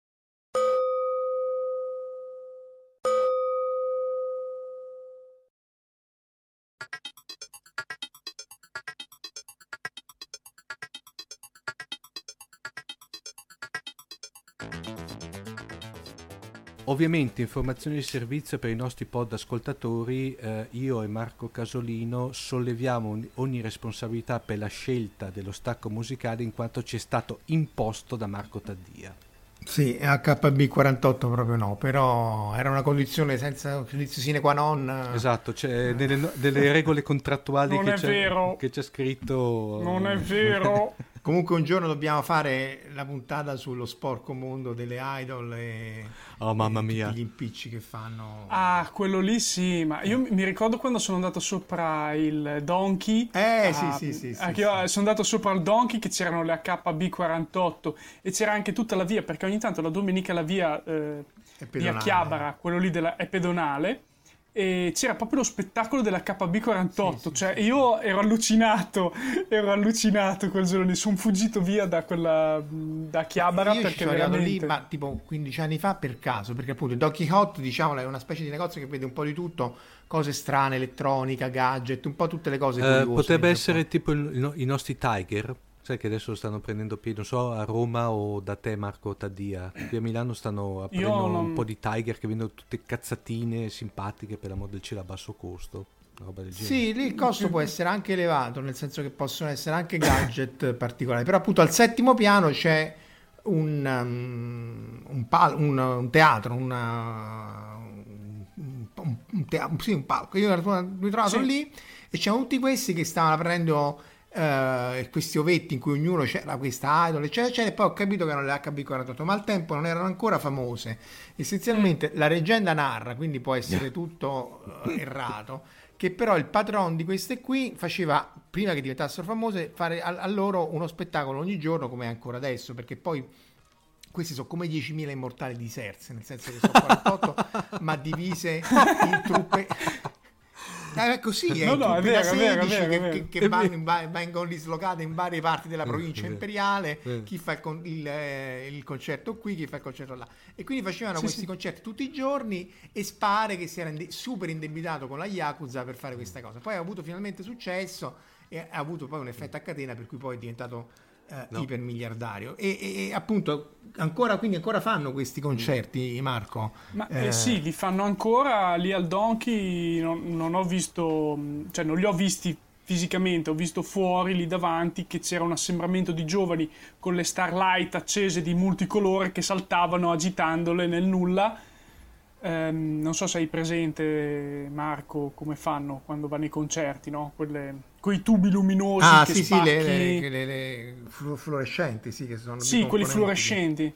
Ovviamente informazioni di servizio per i nostri pod ascoltatori, io e Marco Casolino solleviamo ogni responsabilità per la scelta dello stacco musicale in quanto ci è stato imposto da Marco Taddia. Sì, HB48 proprio no, però era una condizione senza condizione sine qua non. Esatto, c'è delle regole contrattuali Non che è vero. che c'è scritto. Non è vero. Comunque un giorno dobbiamo fare la puntata sullo sporco mondo delle idol Oh mamma mia, tutti gli impicci che fanno. Ah, quello lì sì, ma io mi ricordo quando sono andato sopra il Donkey. Sì. Sono andato sopra il Donkey che c'erano le HB48 e c'era anche tutta la via, perché ogni tanto la domenica la via di Chiabara, quello lì è pedonale. E c'era proprio lo spettacolo della KB48, cioè io ero allucinato quel giorno lì, sono fuggito via da Chiabara io perché ci sono arrivato veramente... lì, ma tipo 15 anni fa per caso, perché appunto il Donkey Hot, diciamo, è una specie di negozio che vede un po' di tutto, cose strane, elettronica, gadget, un po' tutte le cose curiose. Potrebbe essere tipo i nostri Tiger. Sai che adesso stanno prendendo piede, non so, a Roma o da te Marco Taddia. Qui a Milano stanno aprendo un po' di Tiger che vendono tutte cazzatine simpatiche per l'amor del cielo a basso costo. Una roba del genere. Sì, lì il costo può essere anche elevato, nel senso che possono essere anche gadget particolari. Però appunto al settimo piano c'è un teatro, un palco. Io mi ho trovato lì e c'erano tutti questi che stavano aprendo questi ovetti in cui ognuno c'era questa idol eccetera, e poi ho capito che erano le HB48, ma al tempo non erano ancora famose. Essenzialmente la leggenda narra, quindi può essere tutto errato, che però il patron di queste qui faceva, prima che diventassero famose, fare a loro uno spettacolo ogni giorno, come è ancora adesso, perché poi questi sono come 10.000 immortali di Serse, nel senso che sono 48 ma divise in truppe. Così è, è vero, che vengono dislocate in varie parti della provincia imperiale, chi fa il concerto qui, chi fa il concerto là, e quindi facevano questi concerti tutti i giorni e pare che si era super indebitato con la Yakuza per fare questa cosa. Poi ha avuto finalmente successo e ha avuto poi un effetto a catena per cui poi è diventato ipermiliardario e appunto ancora fanno questi concerti, Marco? Ma sì, li fanno ancora lì al Donkey. Non ho visto, cioè non li ho visti fisicamente, ho visto fuori lì davanti che c'era un assembramento di giovani con le starlight accese di multicolore che saltavano agitandole nel nulla. Non so se hai presente, Marco, come fanno quando vanno ai concerti, no? Quei tubi luminosi che spacchi. Le fluorescenti, che sono quelli fluorescenti.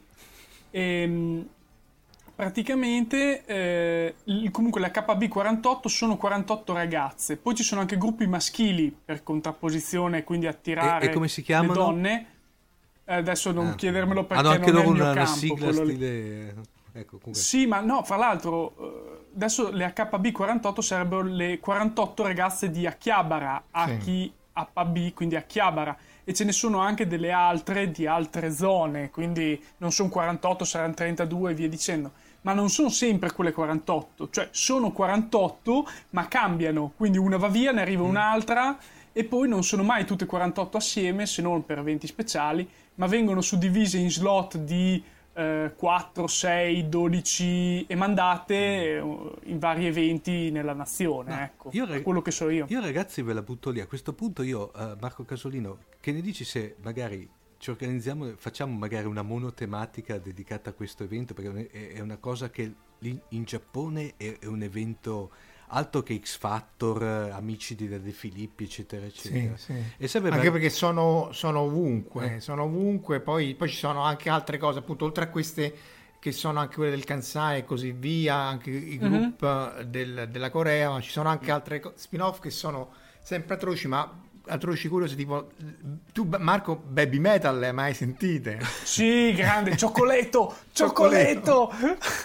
Praticamente comunque la KB48 sono 48 ragazze, poi ci sono anche gruppi maschili per contrapposizione, quindi attirare e come si chiamano? le donne. Adesso non chiedermelo perché hanno anche non è loro il mio una campo, sigla quello lì. stile. Ecco, sì, ma no, fra l'altro adesso le HB48 sarebbero le 48 ragazze di Akihabara, HB, quindi Akihabara, e ce ne sono anche delle altre di altre zone, quindi non sono 48, saranno 32 e via dicendo, ma non sono sempre quelle 48, cioè sono 48 ma cambiano, quindi una va via, ne arriva un'altra e poi non sono mai tutte 48 assieme, se non per eventi speciali, ma vengono suddivise in slot di 4, 6, 12 e mandate in vari eventi nella nazione. Ecco, quello che so io. Io ragazzi ve la butto lì. A questo punto io, Marco Casolino, che ne dici se magari ci organizziamo, facciamo magari una monotematica dedicata a questo evento, perché è una cosa che lì in Giappone è un evento altro che X Factor, amici di De Filippi, eccetera, eccetera. Sì. E anche perché sono ovunque, poi ci sono anche altre cose, appunto, oltre a queste che sono anche quelle del Kansai e così via, anche i group della Corea, ma ci sono anche altre spin-off che sono sempre atroci, ma atroci curiosi, tipo tu Marco Baby Metal le hai mai sentite? Sì, grande, Cioccoletto!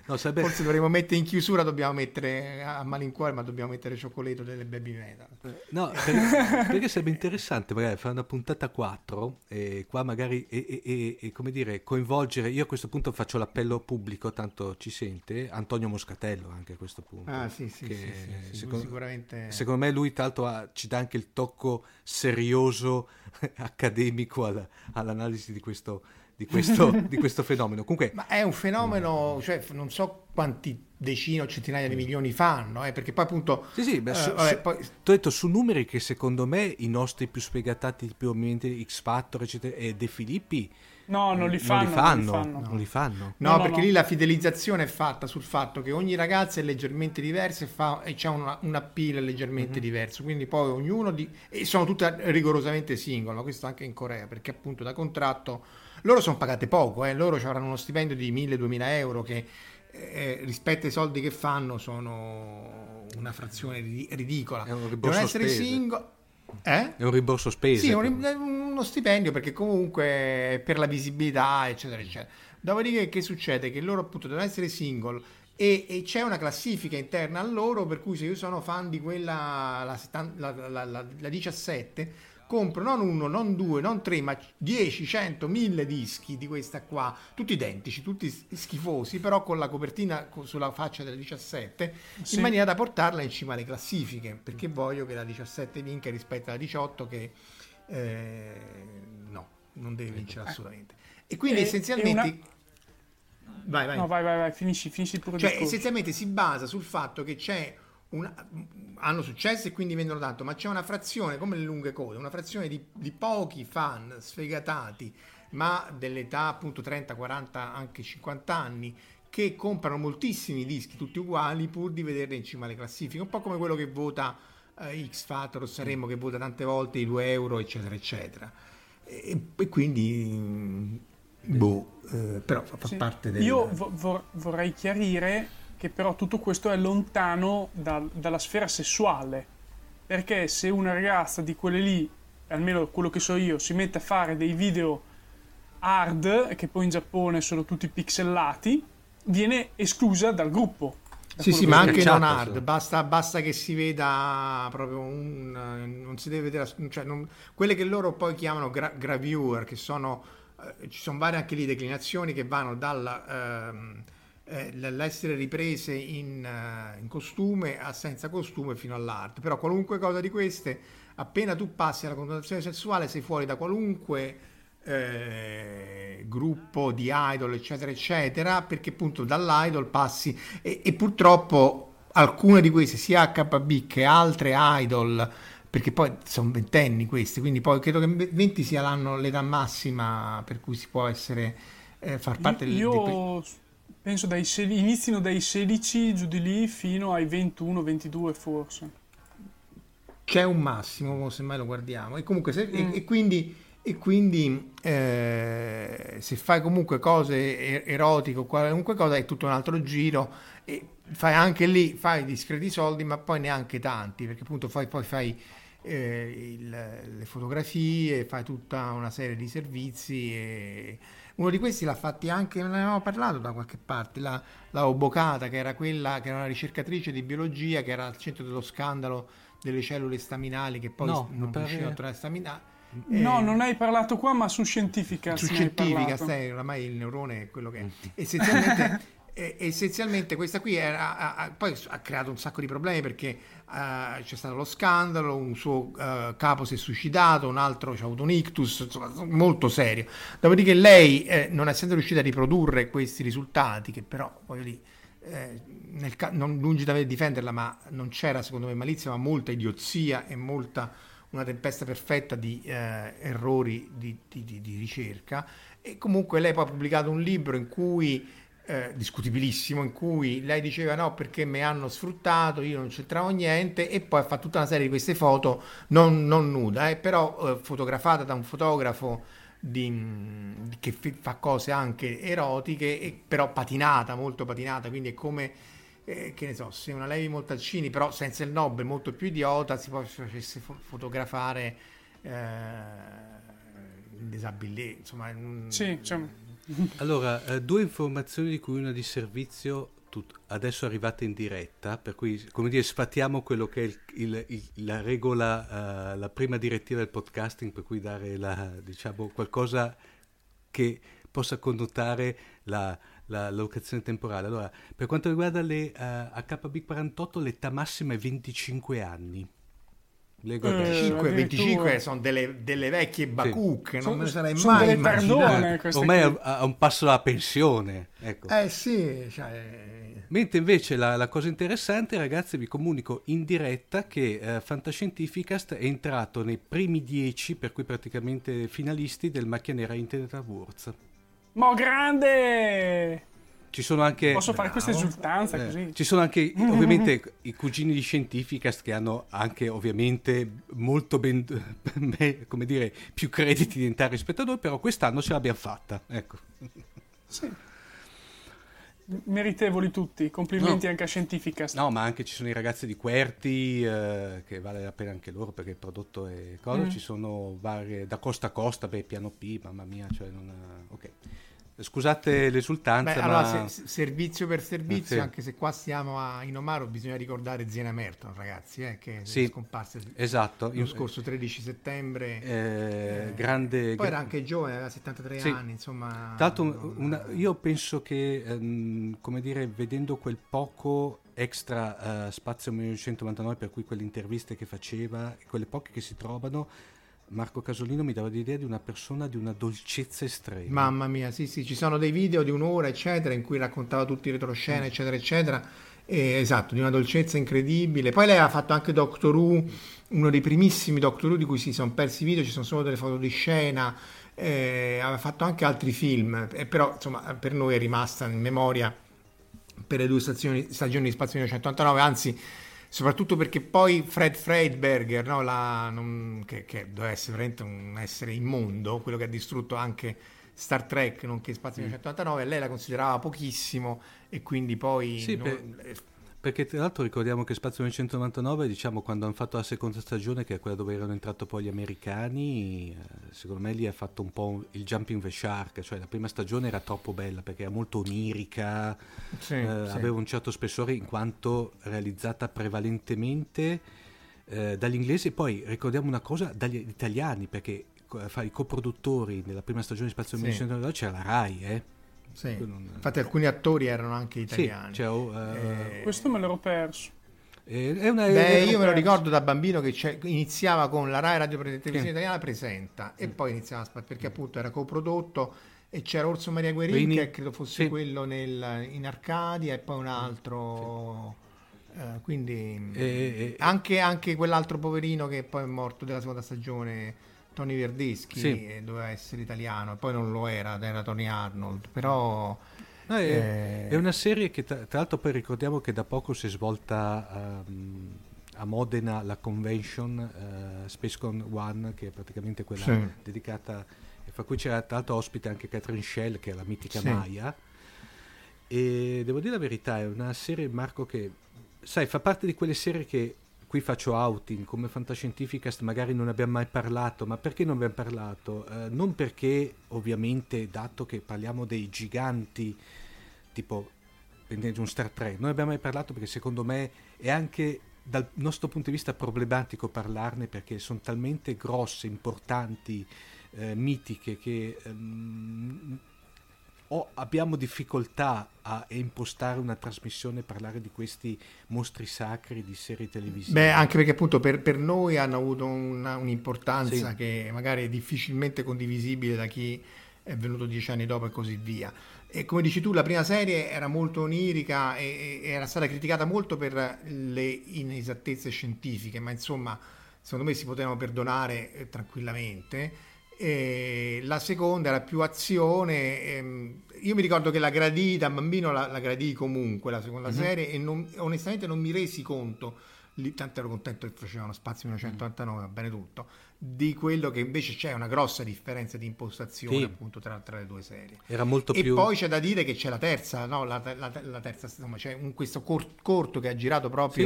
No, sarebbe... Forse dovremmo mettere in chiusura, dobbiamo mettere a malincuore, ma dobbiamo mettere Cioccoleto delle Baby Metal. No, perché sarebbe interessante magari fare una puntata 4 e qua magari e come dire coinvolgere. Io a questo punto faccio l'appello pubblico, tanto ci sente Antonio Moscatello anche a questo punto. Sì, sicuramente. Secondo me lui tra l'altro ci dà anche il tocco serioso accademico all'analisi di questo fenomeno. Comunque, ma è un fenomeno, cioè non so quanti decine o centinaia di milioni fanno, perché poi appunto poi... ti ho detto su numeri che secondo me i nostri più sfegatati probabilmente X Factor eccetera e De Filippi non li fanno. No, perché lì la fidelizzazione è fatta sul fatto che ogni ragazza è leggermente diversa e c'è un appeal leggermente diverso, quindi poi ognuno e sono tutte rigorosamente single, ma questo anche in Corea, perché appunto da contratto loro sono pagate poco, loro avranno uno stipendio di 1.000-2.000 euro che rispetto ai soldi che fanno sono una frazione ridicola. È un rimborso devono essere spese. single. È un rimborso spese. Sì, uno stipendio, perché comunque per la visibilità eccetera eccetera. Dopodiché che succede? Che loro appunto devono essere single e c'è una classifica interna a loro, per cui se io sono fan di quella la 17 compro non uno, non due, non tre, ma 10, 100, 1000 dischi di questa qua, tutti identici, tutti schifosi, però con la copertina sulla faccia della 17, in maniera da portarla in cima alle classifiche, perché voglio che la 17 vinca rispetto alla 18 che no, non deve vincere assolutamente. E quindi essenzialmente... Vai. No, vai, finisci pure. Cioè, essenzialmente si basa sul fatto che hanno successo e quindi vendono tanto, ma c'è una frazione, come le lunghe code, una frazione di pochi fan sfegatati, ma dell'età appunto 30, 40, anche 50 anni, che comprano moltissimi dischi tutti uguali pur di vederli in cima alle classifiche, un po' come quello che vota X Factor o Sanremo, che vota tante volte i 2 euro eccetera eccetera, e quindi però fa parte del... Io vorrei chiarire che però tutto questo è lontano dalla sfera sessuale, perché se una ragazza di quelle lì, almeno quello che so io, si mette a fare dei video hard, che poi in Giappone sono tutti pixellati, viene esclusa dal gruppo. Sì, ma anche non hard, basta che si veda proprio non si deve vedere, cioè quelle che loro poi chiamano gravure, che sono ci sono varie anche lì declinazioni che vanno dall'essere riprese in costume a senza costume fino all'art, però qualunque cosa di queste, appena tu passi alla connotazione sessuale, sei fuori da qualunque gruppo di idol eccetera eccetera, perché appunto dall'idol passi e purtroppo alcune di queste, sia HB che altre idol, perché poi sono ventenni questi, quindi poi credo che 20 sia l'età massima per cui si può essere far parte penso inizino dai 16 giù di lì fino ai 21, 22 forse. C'è un massimo, se mai lo guardiamo. E comunque e quindi se fai comunque cose erotiche o qualunque cosa è tutto un altro giro, e fai anche lì, fai discreti soldi, ma poi neanche tanti, perché appunto poi fai le fotografie, fai tutta una serie di servizi e uno di questi l'ha fatti anche, ne avevamo parlato da qualche parte, la Obokata, che era una ricercatrice di biologia che era al centro dello scandalo delle cellule staminali, che poi non riusciva a trovare staminali. No, non hai parlato qua, ma su Scientifica. Su Scientifica, oramai il neurone è quello che è. Essenzialmente questa qui poi ha creato un sacco di problemi, perché c'è stato lo scandalo, un suo capo si è suicidato, un altro ha avuto un ictus, insomma, molto serio. Dopodiché lei, non essendo riuscita a riprodurre questi risultati, che però voglio dire, non lungi da difenderla, ma non c'era secondo me malizia, ma molta idiozia e una tempesta perfetta di errori di ricerca. E comunque lei poi ha pubblicato un libro in cui discutibilissimo, in cui lei diceva no, perché mi hanno sfruttato, io non c'entravo niente, e poi ha fatto tutta una serie di queste foto non nuda, però fotografata da un fotografo che fa cose anche erotiche, però molto patinata, quindi è come che ne so, se una Levi Montalcini, però senza il nobbe, molto più idiota, si facesse fotografare in disabile, insomma. Sì, Allora, due informazioni di cui una di servizio, adesso arrivate in diretta, per cui, come dire, sfatiamo quello che è la regola, la prima direttiva del podcasting, per cui dare diciamo, qualcosa che possa connotare la locazione temporale. Allora, per quanto riguarda le HB48, l'età massima è 25 anni. 25 sono delle vecchie bacucche, non me ne sarei sono mai delle immaginato. tardone queste Ormai qui. a un passo dalla pensione, ecco. Sì, cioè... Mentre invece la cosa interessante, ragazzi, vi comunico in diretta che Fantascientificast è entrato nei primi 10, per cui praticamente finalisti del Macchia Nera Internet Awards. Ma grande! Ci sono anche... Posso fare questa esultanza così? Ci sono anche ovviamente i cugini di Scientificast che hanno anche ovviamente molto come dire, più crediti di entrare rispetto a noi, però quest'anno ce l'abbiamo fatta, ecco. Sì. Meritevoli tutti, complimenti anche a Scientificast. No, ma anche ci sono i ragazzi di Querti, che vale la pena anche loro perché il prodotto è cosa. Ci sono varie, da costa a costa, Piano P, mamma mia, cioè non... ok. Scusate l'esultanza, allora, servizio per servizio, sì. anche se qua siamo a Inomaro, bisogna ricordare Zena Merton, ragazzi, che sì, è scomparsa esatto. lo scorso 13 settembre. Grande, poi era anche giovane, aveva 73 sì. anni, insomma. Tra l'altro, io penso che, come dire, vedendo quel poco extra spazio 1999, per cui quelle interviste che faceva, quelle poche che si trovano, Marco Casolino mi dava l'idea di una persona di una dolcezza estrema. Mamma mia, sì, ci sono dei video di un'ora, eccetera, in cui raccontava tutti i retroscena, eccetera, eccetera. Esatto, di una dolcezza incredibile. Poi lei ha fatto anche Doctor Who, uno dei primissimi Doctor Who di cui si sono persi i video, ci sono solo delle foto di scena. Aveva fatto anche altri film, però insomma per noi è rimasta in memoria per le due stagioni di Spazio 1989, anzi soprattutto perché poi Fred Freidberger, no, che doveva essere veramente un essere immondo, quello che ha distrutto anche Star Trek, nonché Spazio 1989, lei la considerava pochissimo e quindi poi... Sì, perché tra l'altro ricordiamo che Spazio 1999, diciamo, quando hanno fatto la seconda stagione, che è quella dove erano entrati poi gli americani, secondo me lì ha fatto un po' il jumping the shark, cioè la prima stagione era troppo bella perché era molto onirica, aveva un certo spessore in quanto realizzata prevalentemente dagli inglesi, e poi ricordiamo una cosa, dagli italiani, perché fra i coproduttori nella prima stagione di Spazio 1999 c'era la Rai, Sì. Infatti alcuni attori erano anche italiani. Sì, questo me l'ero perso. Io me lo ricordo da bambino che iniziava con la Rai Radio Televisione Italiana presenta e poi iniziava perché appunto era coprodotto e c'era Orso Maria Guerin che credo fosse quello in Arcadia e poi un altro quindi anche quell'altro poverino che poi è morto della seconda stagione, Tony Verdeschi, doveva essere italiano e poi non lo era Tony Arnold, però è una serie che tra l'altro poi ricordiamo che da poco si è svolta a Modena la convention SpaceCon One, che è praticamente quella dedicata, fra cui c'era tra l'altro ospite anche Catherine Schell, che è la mitica Maya, e devo dire la verità, è una serie, Marco, che sai, fa parte di quelle serie che qui faccio outing, come Fantascientificast magari non abbiamo mai parlato, ma perché non abbiamo parlato? Non perché ovviamente, dato che parliamo dei giganti tipo un Star Trek, non abbiamo mai parlato perché secondo me è anche dal nostro punto di vista problematico parlarne, perché sono talmente grosse, importanti, mitiche, che abbiamo difficoltà a impostare una trasmissione e parlare di questi mostri sacri di serie televisive. Anche perché appunto per noi hanno avuto un'importanza che magari è difficilmente condivisibile da chi è venuto 10 anni dopo e così via. E come dici tu, la prima serie era molto onirica e era stata criticata molto per le inesattezze scientifiche, ma insomma secondo me si potevano perdonare tranquillamente. E la seconda era più azione. Io mi ricordo che la gradii da bambino, la gradii comunque la seconda serie, e onestamente non mi resi conto, tanto ero contento che facevano Spazio 1989, va bene tutto, di quello che invece c'è una grossa differenza di impostazione appunto tra le due serie. Era molto e più... poi c'è da dire che c'è la terza, no? La terza, insomma, c'è questo corto che ha girato proprio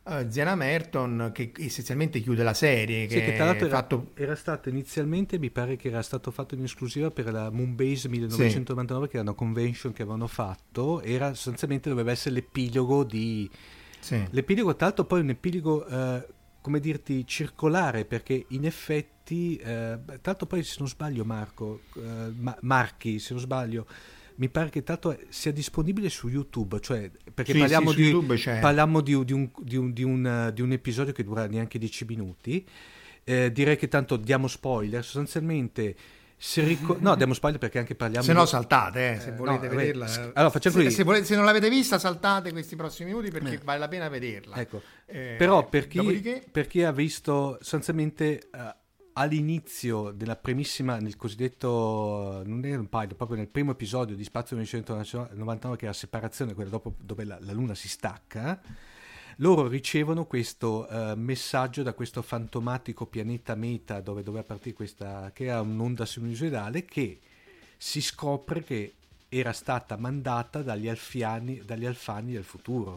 Ziana Merton, che essenzialmente chiude la serie. Sì, che tra l'altro fatto... era stato inizialmente, mi pare che era stato fatto in esclusiva per la Moonbase 1999, che era una convention che avevano fatto, era sostanzialmente, doveva essere l'epilogo di... Sì. L'epilogo, tra l'altro, poi un epilogo, come dirti, circolare, perché in effetti, tra l'altro poi, se non sbaglio, Marchi, se non sbaglio, mi pare che tanto sia disponibile su YouTube, cioè perché Sì, parliamo, sì, su YouTube c'è. parliamo di un episodio che dura neanche 10 minuti. Direi che tanto diamo spoiler, sostanzialmente no, diamo spoiler perché anche parliamo Se no saltate, se volete no, vederla. allora facciamo così. Se non l'avete vista, saltate questi prossimi minuti perché vale la pena vederla. Ecco. Però per dopodiché... chi ha visto sostanzialmente all'inizio della primissima, nel cosiddetto, non era un pilot, proprio nel primo episodio di Spazio 1999, che è la separazione, quella dopo dove la Luna si stacca, loro ricevono questo messaggio da questo fantomatico pianeta Meta, dove doveva partire questa, che era un'onda sinusoidale, che si scopre che era stata mandata dagli alfani del futuro.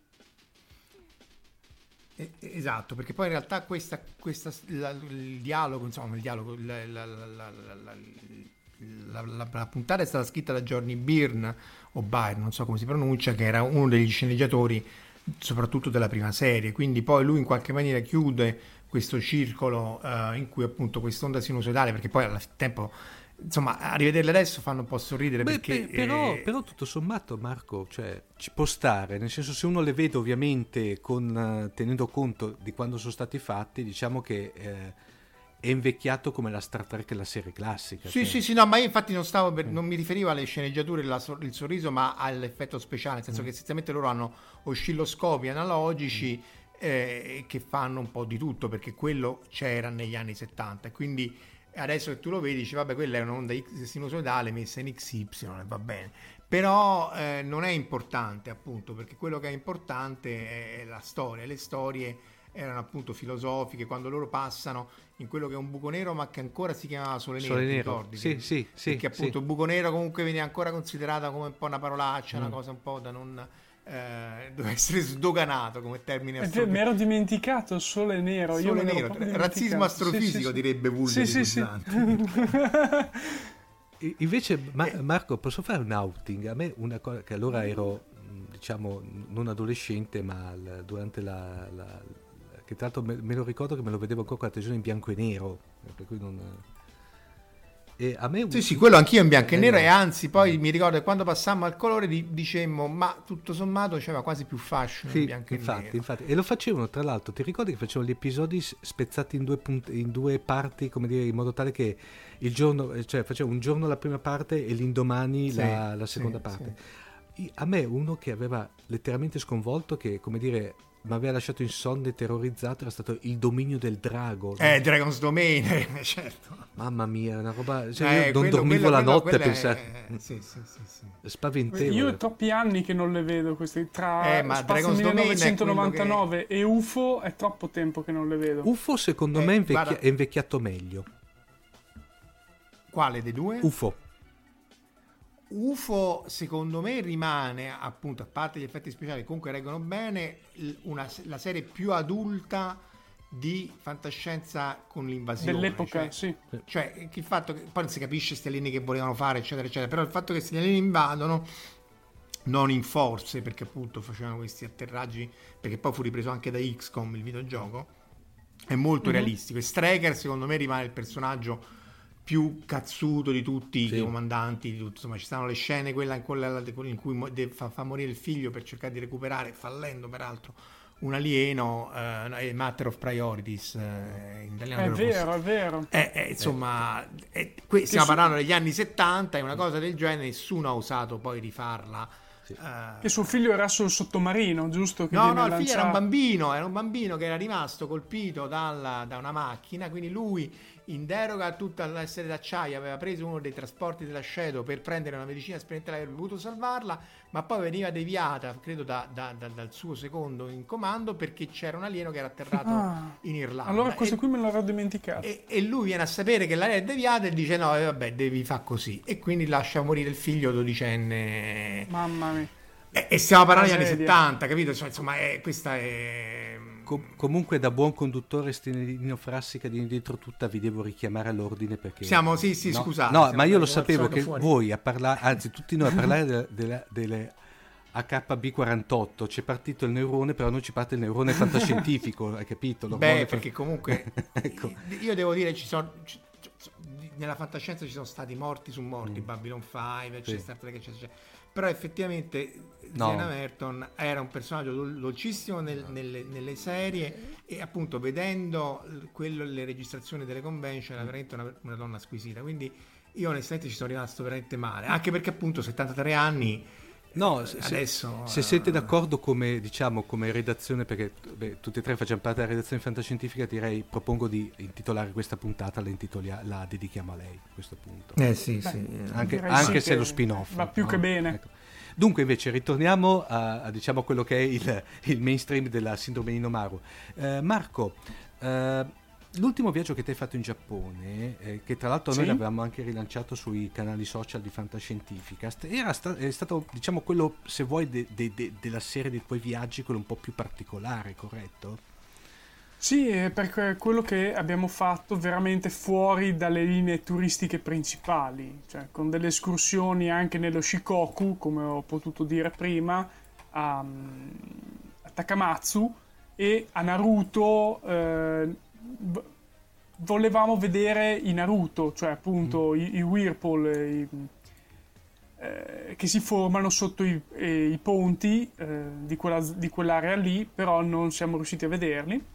Esatto, perché poi in realtà il dialogo, insomma, la puntata è stata scritta da Johnny Byrne o Byrne, non so come si pronuncia, che era uno degli sceneggiatori soprattutto della prima serie, quindi poi lui in qualche maniera chiude questo circolo in cui appunto quest'onda sinusoidale, perché poi al tempo, insomma, a rivederle adesso fanno un po' sorridere. Perché però tutto sommato, Marco, cioè, ci può stare, nel senso, se uno le vede ovviamente tenendo conto di quando sono stati fatti, diciamo che è invecchiato come la Star Trek e la serie classica. Sì, cioè. sì, no, ma io infatti non mi riferivo alle sceneggiature e il sorriso, ma all'effetto speciale, nel senso che essenzialmente loro hanno oscilloscopi analogici che fanno un po' di tutto, perché quello c'era negli anni 70, e quindi adesso che tu lo vedi dici vabbè, quella è un'onda sinusoidale messa in XY e va bene, però non è importante, appunto, perché quello che è importante è la storia. Le storie erano appunto filosofiche, quando loro passano in quello che è un buco nero ma che ancora si chiamava Sole Nero, ricordi? Sì, perché appunto sì. buco nero comunque viene ancora considerata come un po' una parolaccia, una cosa un po' da non deve essere sdoganato come termine. Mi ero dimenticato Sole Nero. Sole Nero, razzismo astrofisico, sì. Direbbe Vulgari. Sì. Invece Marco, posso fare un outing? A me una cosa che allora ero, diciamo, non adolescente, ma durante che tra l'altro me lo ricordo che me lo vedevo ancora con la televisione in bianco e nero, per cui non... E a me sì, quello anch'io in bianco e nero, e anzi poi mi ricordo che quando passammo al colore dicemmo ma tutto sommato c'era quasi più fashion in bianco e nero. Infatti, e lo facevano, tra l'altro, ti ricordi che facevano gli episodi spezzati in due parti, come dire, in modo tale che il giorno, cioè facevano un giorno la prima parte e l'indomani la seconda parte. Sì. A me uno che aveva letteralmente sconvolto, che, come dire, mi aveva lasciato insonne e terrorizzato, era stato Il dominio del drago. Dragon's Domain, certo. Mamma mia, una roba, cioè, io non dormivo la notte a pensare. Sì. Spaventevole. Io ho troppi anni che non le vedo queste, tra ma Spazio 1999 e UFO è troppo tempo che non le vedo. UFO secondo me è invecchiato meglio. Quale dei due? UFO secondo me rimane, appunto, a parte gli effetti speciali comunque reggono bene, la serie più adulta di fantascienza con l'invasione dell'epoca, cioè il fatto che poi non si capisce questi alieni che volevano fare eccetera eccetera, però il fatto che questi alieni invadono non in forze, perché appunto facevano questi atterraggi, perché poi fu ripreso anche da XCOM il videogioco, è molto realistico, e Straker secondo me rimane il personaggio più cazzuto di tutti i comandanti, di tutto. Insomma, ci stanno le scene quella in cui fa morire il figlio per cercare di recuperare, fallendo peraltro, un alieno, Matter of Priorities in italiano. È vero. Insomma, stiamo parlando degli anni 70, è una cosa del genere, nessuno ha osato poi rifarla. E suo figlio era sul sottomarino, giusto? Che no, il figlio era un bambino che era rimasto colpito da una macchina, quindi lui, in deroga a tutta l'essere d'acciaio, aveva preso uno dei trasporti della Shadow per prendere una medicina sperimentale, avrebbe potuto salvarla, ma poi veniva deviata, credo, dal suo secondo in comando, perché c'era un alieno che era atterrato in Irlanda. Allora questo qui me l'ero dimenticato. E lui viene a sapere che l'alieno è deviata e dice vabbè, devi far così, e quindi lascia morire il figlio dodicenne. Mamma mia. E stiamo parlando degli anni Tragedia. 70, capito? Cioè, insomma, questa è... Comunque, da buon conduttore Stinellino Frassica di dietro tutta vi devo richiamare all'ordine perché Sì, no, scusate. no, stiamo ma io lo al sapevo solito che fuori. voi a parlare, anzi tutti noi a parlare delle HB48 c'è partito il neurone, però non ci parte il neurone fantascientifico, hai capito? Beh, perché comunque Ecco. io devo dire nella fantascienza ci sono stati morti su morti, Babylon 5, c'è Sì. Star Trek, eccetera. Però effettivamente No. Diana Merton era un personaggio dolcissimo nelle serie, e appunto vedendo le registrazioni delle convention era veramente una donna squisita, quindi io onestamente ci sono rimasto veramente male, anche perché appunto 73 anni. No, Adesso se siete d'accordo come redazione, perché tutti e tre facciamo parte della redazione fantascientifica, direi propongo di intitolare questa puntata, la dedichiamo a lei a questo punto. Sì. Anche direi sì se che è lo spin-off. va più che bene. Ecco. Dunque invece ritorniamo a diciamo quello che è il mainstream della sindrome di Inomaru. Marco, l'ultimo viaggio che ti hai fatto in Giappone, che tra l'altro noi Sì. l'avevamo anche rilanciato sui canali social di Fantascientificast, è stato diciamo quello, se vuoi, della serie dei tuoi viaggi, quello un po' più particolare, corretto? Sì, è perché quello che abbiamo fatto veramente fuori dalle linee turistiche principali, cioè con delle escursioni anche nello Shikoku, come ho potuto dire prima, a Takamatsu e a Naruto. Volevamo vedere i Naruto, cioè appunto i Whirlpool, che si formano sotto i ponti di quell'area lì, però non siamo riusciti a vederli.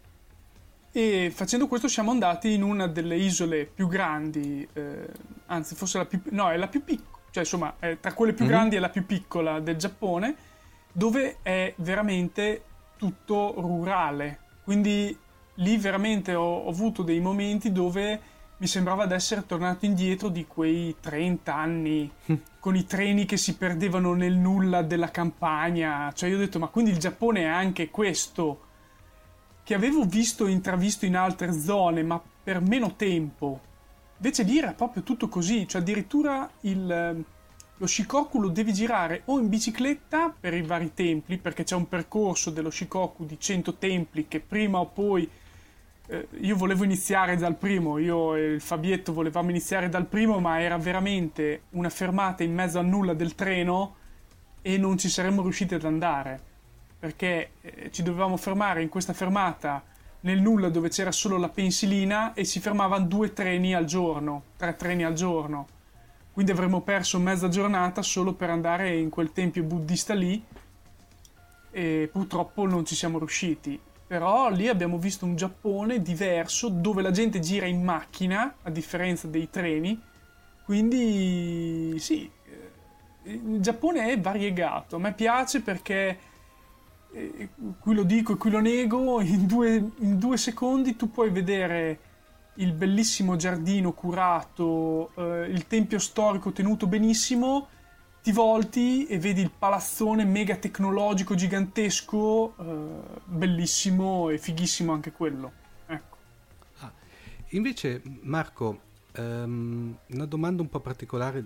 E facendo questo siamo andati in una delle isole più grandi, anzi forse è la più piccola, cioè insomma tra quelle più grandi è la più piccola del Giappone, dove è veramente tutto rurale. Quindi lì veramente ho avuto dei momenti dove mi sembrava di essere tornato indietro di quei 30 anni, con i treni che si perdevano nel nulla della campagna. Cioè io ho detto, ma quindi il Giappone è anche questo, che avevo visto e intravisto in altre zone, ma per meno tempo. Invece lì era proprio tutto così, cioè addirittura lo Shikoku lo devi girare o in bicicletta per i vari templi, perché c'è un percorso dello Shikoku di 100 templi che prima o poi io volevo iniziare dal primo, io e il Fabietto volevamo iniziare dal primo, ma era veramente una fermata in mezzo al nulla del treno e non ci saremmo riusciti ad andare, perché ci dovevamo fermare in questa fermata nel nulla dove c'era solo la pensilina e si fermavano 2 treni al giorno, 3 treni al giorno. Quindi avremmo perso mezza giornata solo per andare in quel tempio buddista lì, e purtroppo non ci siamo riusciti. Però lì abbiamo visto un Giappone diverso, dove la gente gira in macchina a differenza dei treni. Quindi sì, il Giappone è variegato. A me piace perché, qui lo dico e qui lo nego, in due secondi tu puoi vedere il bellissimo giardino curato, il tempio storico tenuto benissimo, ti volti e vedi il palazzone mega tecnologico gigantesco, bellissimo e fighissimo anche quello. Ecco. Invece Marco, una domanda un po' particolare,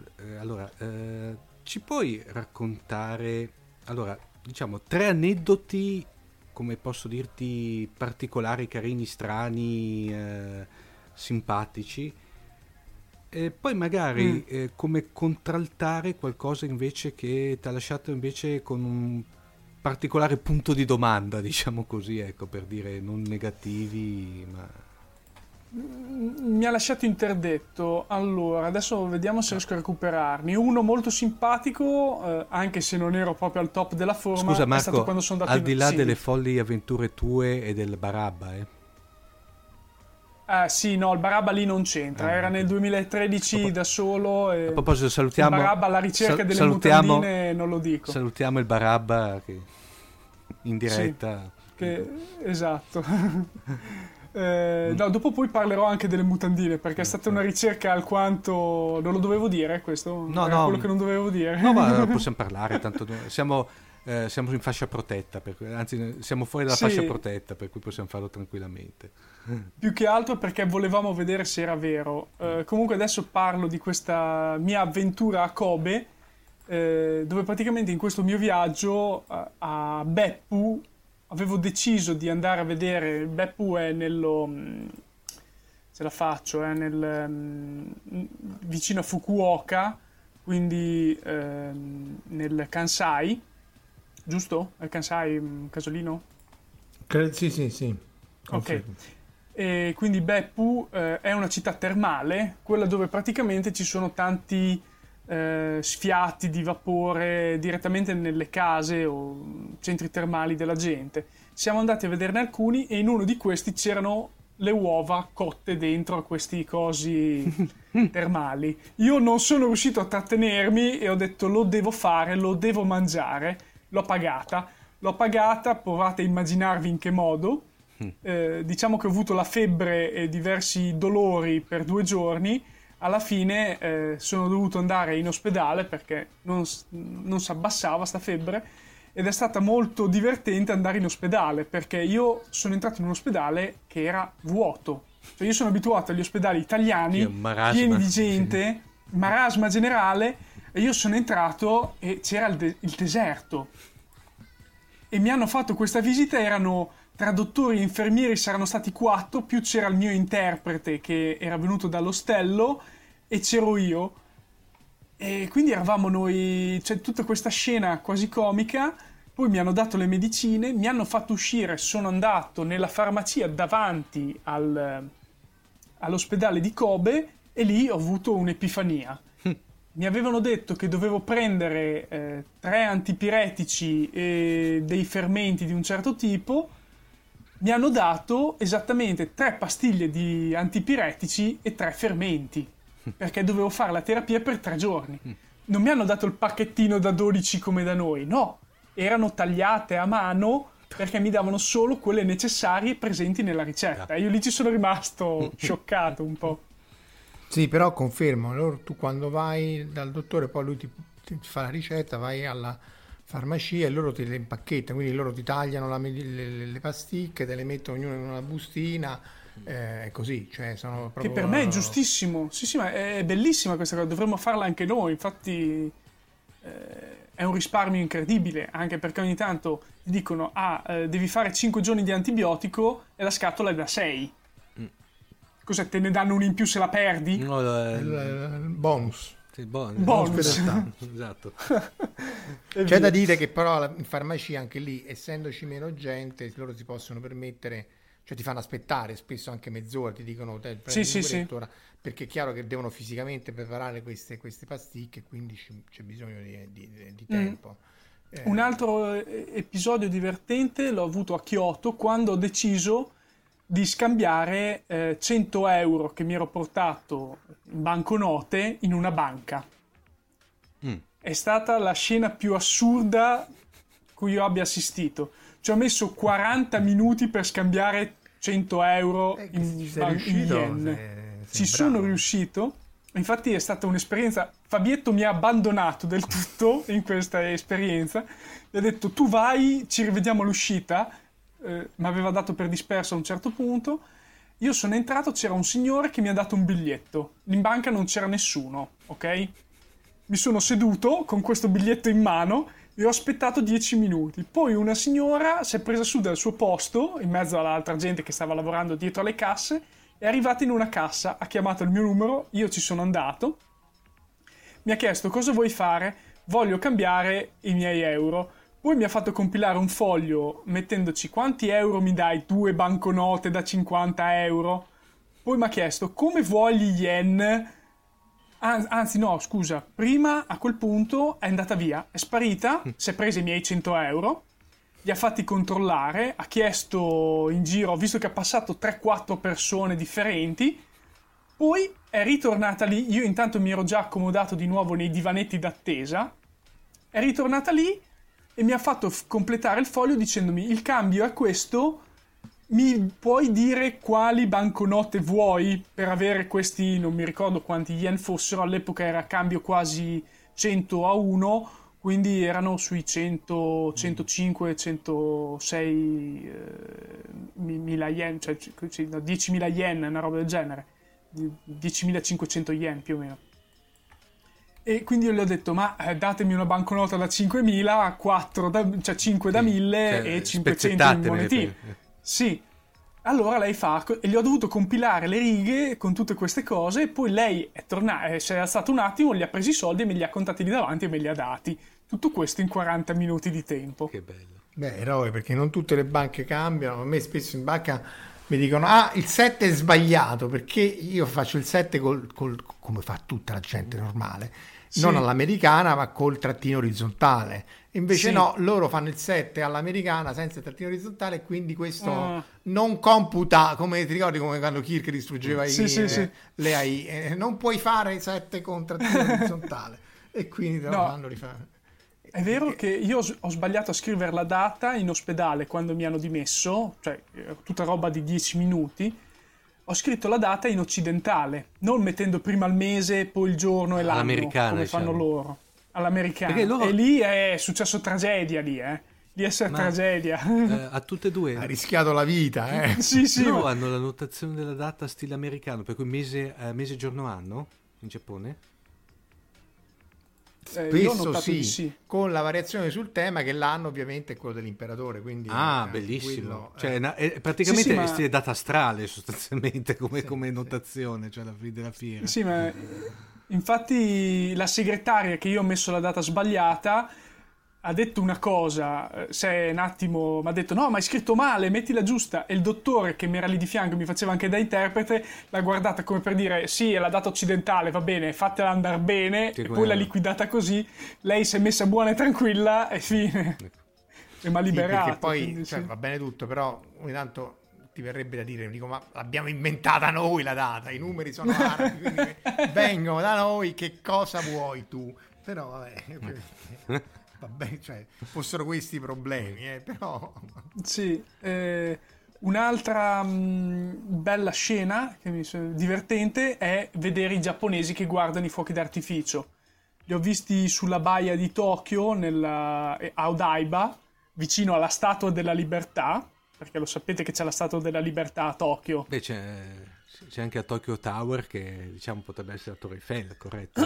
ci puoi raccontare, diciamo 3 aneddoti, come posso dirti, particolari, carini, strani, simpatici, e poi magari come contraltare qualcosa invece che ti ha lasciato invece con un particolare punto di domanda, diciamo così, ecco, per dire, non negativi, ma... Mi ha lasciato interdetto. Allora, adesso vediamo se riesco a recuperarne. Uno molto simpatico, anche se non ero proprio al top della forma. Scusa è stato Marco, quando sono andato al di là sì. delle folli avventure tue e del Barabba, Sì, no, il Barabba lì non c'entra. Era nel 2013 da solo. E a proposito, salutiamo il Barabba alla ricerca delle salutiamo, mutandine, non lo dico. Salutiamo il Barabba che in diretta. Sì, esatto. No, dopo poi parlerò anche delle mutandine, perché è stata una ricerca alquanto... Non lo dovevo dire questo? No, era quello che non dovevo dire. No, ma possiamo parlare, tanto siamo in fascia protetta, anzi siamo fuori dalla fascia protetta, per cui possiamo farlo tranquillamente. Più che altro perché volevamo vedere se era vero. Comunque adesso parlo di questa mia avventura a Kobe. dove praticamente in questo mio viaggio a Beppu avevo deciso di andare a vedere. Beppu è ce la faccio, è vicino a Fukuoka, quindi nel Kansai, giusto? È il Kansai, casolino? Sì. Ok. E quindi Beppu è una città termale, quella dove praticamente ci sono tanti sfiati di vapore direttamente nelle case o centri termali della gente. Siamo andati a vederne alcuni e in uno di questi c'erano le uova cotte dentro a questi cosi termali. Io non sono riuscito a trattenermi e ho detto lo devo fare, lo devo mangiare. L'ho pagata, provate a immaginarvi in che modo. Diciamo che ho avuto la febbre e diversi dolori per 2 giorni. Alla fine sono dovuto andare in ospedale perché non si abbassava sta febbre, ed è stata molto divertente andare in ospedale perché io sono entrato in un ospedale che era vuoto. Cioè io sono abituato agli ospedali italiani pieni di gente, marasma generale, e io sono entrato e c'era il deserto. E mi hanno fatto questa visita, erano traduttori e infermieri, saranno stati 4, più c'era il mio interprete che era venuto dall'ostello e c'ero io. E quindi eravamo noi, c'è tutta questa scena quasi comica. Poi mi hanno dato le medicine, mi hanno fatto uscire, sono andato nella farmacia davanti all'ospedale di Kobe e lì ho avuto un'epifania. Mi avevano detto che dovevo prendere 3 antipiretici e dei fermenti di un certo tipo. Mi hanno dato esattamente 3 pastiglie di antipiretici e 3 fermenti, perché dovevo fare la terapia per 3 giorni. Non mi hanno dato il pacchettino da 12 come da noi, no, erano tagliate a mano perché mi davano solo quelle necessarie presenti nella ricetta. E io lì ci sono rimasto scioccato un po'. Sì, però confermo, tu quando vai dal dottore, poi lui ti fa la ricetta, vai alla farmacia e loro te le impacchettano, quindi loro ti tagliano le pasticche, te le mettono ognuno in una bustina, è così, cioè sono proprio... Che per me è giustissimo, sì, ma è bellissima questa cosa, dovremmo farla anche noi, infatti è un risparmio incredibile, anche perché ogni tanto ti dicono devi fare 5 giorni di antibiotico e la scatola è da 6. Cos'è, te ne danno uno in più se la perdi? No, il bonus. Sì, bonus. Esatto. C'è da dire che però in farmacia anche lì, essendoci meno gente, loro si possono permettere, cioè ti fanno aspettare spesso anche mezz'ora, ti dicono prendi sì. perché è chiaro che devono fisicamente preparare queste pasticche, quindi c'è bisogno di tempo. Un altro episodio divertente l'ho avuto a Kyoto quando ho deciso di scambiare 100 euro che mi ero portato in banconote in una banca. È stata la scena più assurda cui io abbia assistito. Ci ho messo 40 minuti per scambiare 100 euro in yen. Ci sono riuscito. Infatti è stata un'esperienza. Fabietto mi ha abbandonato del tutto in questa esperienza. Mi ha detto tu vai, ci rivediamo all'uscita. Mi aveva dato per disperso a un certo punto. Io sono entrato, c'era un signore che mi ha dato un biglietto. In banca non c'era nessuno, ok? Mi sono seduto con questo biglietto in mano e ho aspettato 10 minuti. Poi una signora si è presa su dal suo posto, in mezzo all'altra gente che stava lavorando dietro alle casse, è arrivata in una cassa, ha chiamato il mio numero, io ci sono andato, mi ha chiesto cosa vuoi fare, voglio cambiare i miei euro. Poi mi ha fatto compilare un foglio mettendoci quanti euro mi dai, 2 banconote da 50 euro. Poi mi ha chiesto come vuoi gli yen. Anzi no, scusa, prima a quel punto è andata via, è sparita, si è presa i miei 100 euro, li ha fatti controllare, ha chiesto in giro, ho visto che ha passato 3-4 persone differenti, poi è ritornata lì, io intanto mi ero già accomodato di nuovo nei divanetti d'attesa, è ritornata lì e mi ha fatto completare il foglio dicendomi il cambio è questo, mi puoi dire quali banconote vuoi per avere questi, non mi ricordo quanti yen fossero, all'epoca era cambio quasi 100 a 1, quindi erano sui 100, 105, 106 mila yen, cioè 10.000 yen, una roba del genere, 10.500 yen più o meno. E quindi io gli ho detto, ma datemi una banconota da 5.000, cioè 5 da 1.000 e 500 in monetine. Sì. Allora lei e gli ho dovuto compilare le righe con tutte queste cose, e poi lei si è alzata un attimo, gli ha presi i soldi e me li ha contati lì davanti e me li ha dati. Tutto questo in 40 minuti di tempo. Che bello. Beh, eroe, perché non tutte le banche cambiano. A me spesso in banca mi dicono, il 7 è sbagliato, perché io faccio il 7 come fa tutta la gente normale. Sì. Non all'americana, ma col trattino orizzontale. Invece Sì. no, loro fanno il 7 all'americana senza il trattino orizzontale, e quindi questo non computa, come ti ricordi come quando Kirk distruggeva le AI, non puoi fare 7 con trattino orizzontale, e quindi te lo fanno rifare. È vero che io ho sbagliato a scrivere la data in ospedale quando mi hanno dimesso, cioè tutta roba di 10 minuti. Ho scritto la data in occidentale, non mettendo prima il mese, poi il giorno e l'anno, come fanno loro. All'americana. E lì è successo tragedia, lì essere tragedia. A tutte e due ha rischiato la vita. Sì. Loro hanno la notazione della data stile americano, per cui mese, giorno, anno in Giappone? Spesso sì, con la variazione sul tema che l'anno ovviamente è quello dell'imperatore, quindi bellissimo, cioè praticamente è stile data astrale sostanzialmente come notazione, cioè la fine della fiera. Sì, ma infatti la segretaria, che io ho messo la data sbagliata, ha detto una cosa, se un attimo mi ha detto no, ma hai scritto male, mettila giusta, e il dottore che mi era lì di fianco, mi faceva anche da interprete, l'ha guardata come per dire sì, è la data occidentale, va bene, fatela andare bene, e poi l'ha liquidata così, lei si è messa buona e tranquilla e fine, e mi ha liberato. Perché poi quindi, va bene tutto, però ogni tanto ti verrebbe da dire, dico, ma l'abbiamo inventata noi la data, i numeri sono arabi, quindi vengono da noi, che cosa vuoi tu? Però vabbè, vabbè, cioè, fossero questi i problemi, però... Sì, un'altra bella scena, divertente, è vedere i giapponesi che guardano i fuochi d'artificio. Li ho visti sulla baia di Tokyo, a Odaiba, vicino alla Statua della Libertà, perché lo sapete che c'è la Statua della Libertà a Tokyo. Beh, c'è anche a Tokyo Tower, che diciamo potrebbe essere la Torre Eiffel, corretto?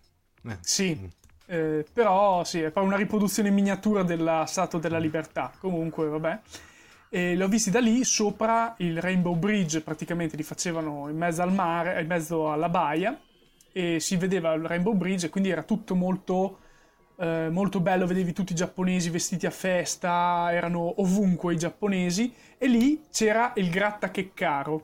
Sì. Però sì, è proprio una riproduzione in miniatura della Statua della Libertà. Comunque, vabbè. E li ho visti da lì, sopra il Rainbow Bridge, praticamente li facevano in mezzo al mare, in mezzo alla baia, e si vedeva il Rainbow Bridge, e quindi era tutto molto, molto bello, vedevi tutti i giapponesi vestiti a festa, erano ovunque i giapponesi, e lì c'era il grattacheccaro.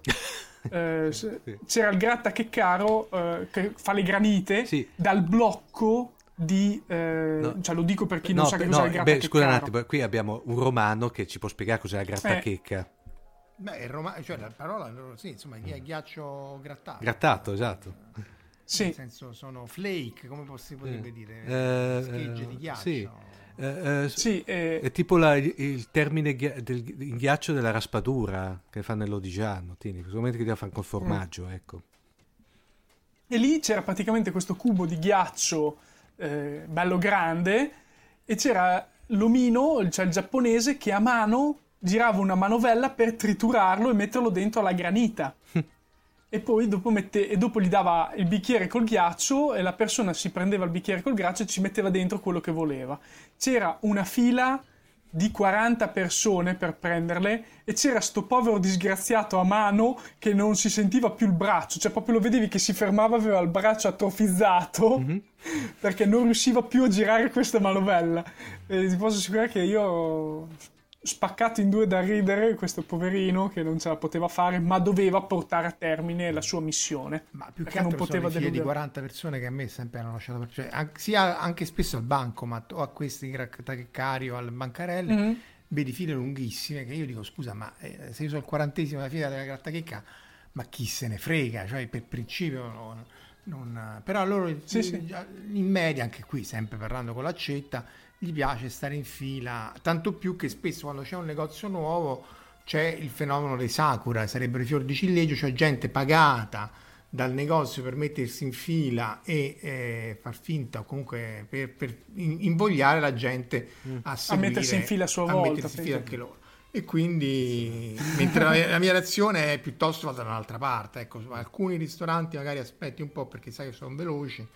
C'era il grattacheccaro che fa le granite dal blocco cioè lo dico per chi non sa che cos'è il grattacheccaro. Scusa un attimo, qui abbiamo un romano che ci può spiegare cos'è la grattachecca. Beh, cioè la parola, sì, insomma, è ghiaccio grattato. Grattato, esatto. Sì. Nel senso sono flake, come si potrebbe dire, schegge di ghiaccio. Sì, è tipo il termine del ghiaccio della raspadura che fa nell'Odigiano, tieni, che deve fare col formaggio, ecco. E lì c'era praticamente questo cubo di ghiaccio bello grande, e c'era l'omino, cioè il giapponese, che a mano girava una manovella per triturarlo e metterlo dentro alla granita. E poi dopo gli dava il bicchiere col ghiaccio, e la persona si prendeva il bicchiere col ghiaccio e ci metteva dentro quello che voleva. C'era una fila di 40 persone per prenderle, e c'era sto povero disgraziato a mano che non si sentiva più il braccio, cioè proprio lo vedevi che si fermava, aveva il braccio atrofizzato, perché non riusciva più a girare questa manovella. E ti posso assicurare che io ho spaccato in due da ridere questo poverino che non ce la poteva fare, ma doveva portare a termine la sua missione. Ma più che altro non poteva sono di 40 persone che a me sempre hanno lasciato, cioè, sia anche spesso al bancomat o a questi grattacheccari o al bancarelle, vedi file lunghissime che io dico scusa, ma se io sono il 40esimo della fila della grattachecca, ma chi se ne frega, cioè per principio però loro in media, anche qui sempre parlando con l'accetta, gli piace stare in fila, tanto più che spesso quando c'è un negozio nuovo c'è il fenomeno dei sakura, sarebbero i fior di ciliegio, cioè gente pagata dal negozio per mettersi in fila e far finta, o comunque per invogliare la gente a seguire, mettersi in fila a sua volta, mettersi in fila anche loro. E quindi mentre la mia reazione è piuttosto vado da un'altra parte, ecco, alcuni ristoranti magari aspetti un po' perché sai che sono veloci,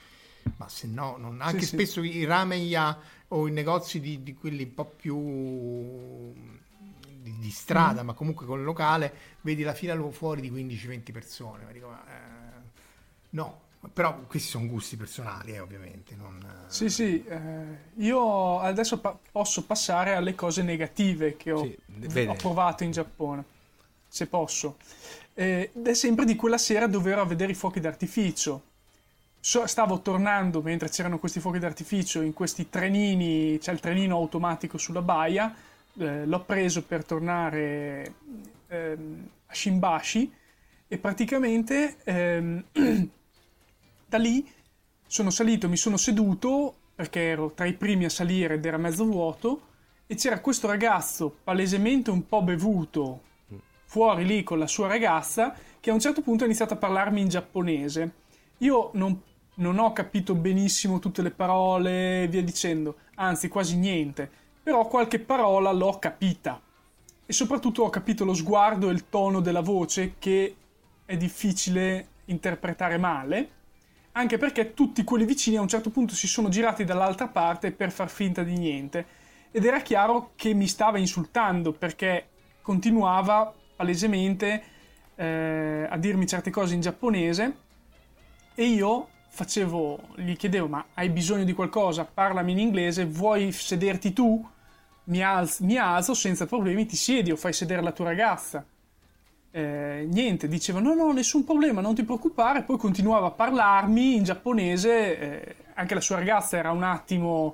ma se no, anche spesso i ramen o i negozi di quelli un po' più di strada, ma comunque con il locale, vedi la fila fuori di 15-20 persone. Ma dico, no, però questi sono gusti personali, ovviamente. Sì, io adesso posso passare alle cose negative che ho provato in Giappone, se posso. Ed è sempre di quella sera dove ero a vedere i fuochi d'artificio. Stavo tornando mentre c'erano questi fuochi d'artificio in questi trenini, c'è il trenino automatico sulla baia, l'ho preso per tornare a Shimbashi e praticamente da lì sono salito, mi sono seduto perché ero tra i primi a salire ed era mezzo vuoto e c'era questo ragazzo palesemente un po' bevuto fuori lì con la sua ragazza che a un certo punto ha iniziato a parlarmi in giapponese. Io non ho capito benissimo tutte le parole e via dicendo, anzi quasi niente, però qualche parola l'ho capita e soprattutto ho capito lo sguardo e il tono della voce che è difficile interpretare male, anche perché tutti quelli vicini a un certo punto si sono girati dall'altra parte per far finta di niente ed era chiaro che mi stava insultando perché continuava palesemente a dirmi certe cose in giapponese e io gli chiedevo: ma hai bisogno di qualcosa? Parlami in inglese, vuoi sederti tu? Mi alzo senza problemi, ti siedi o fai sedere la tua ragazza. Niente, diceva no, nessun problema, non ti preoccupare. Poi continuava a parlarmi in giapponese, anche la sua ragazza era un attimo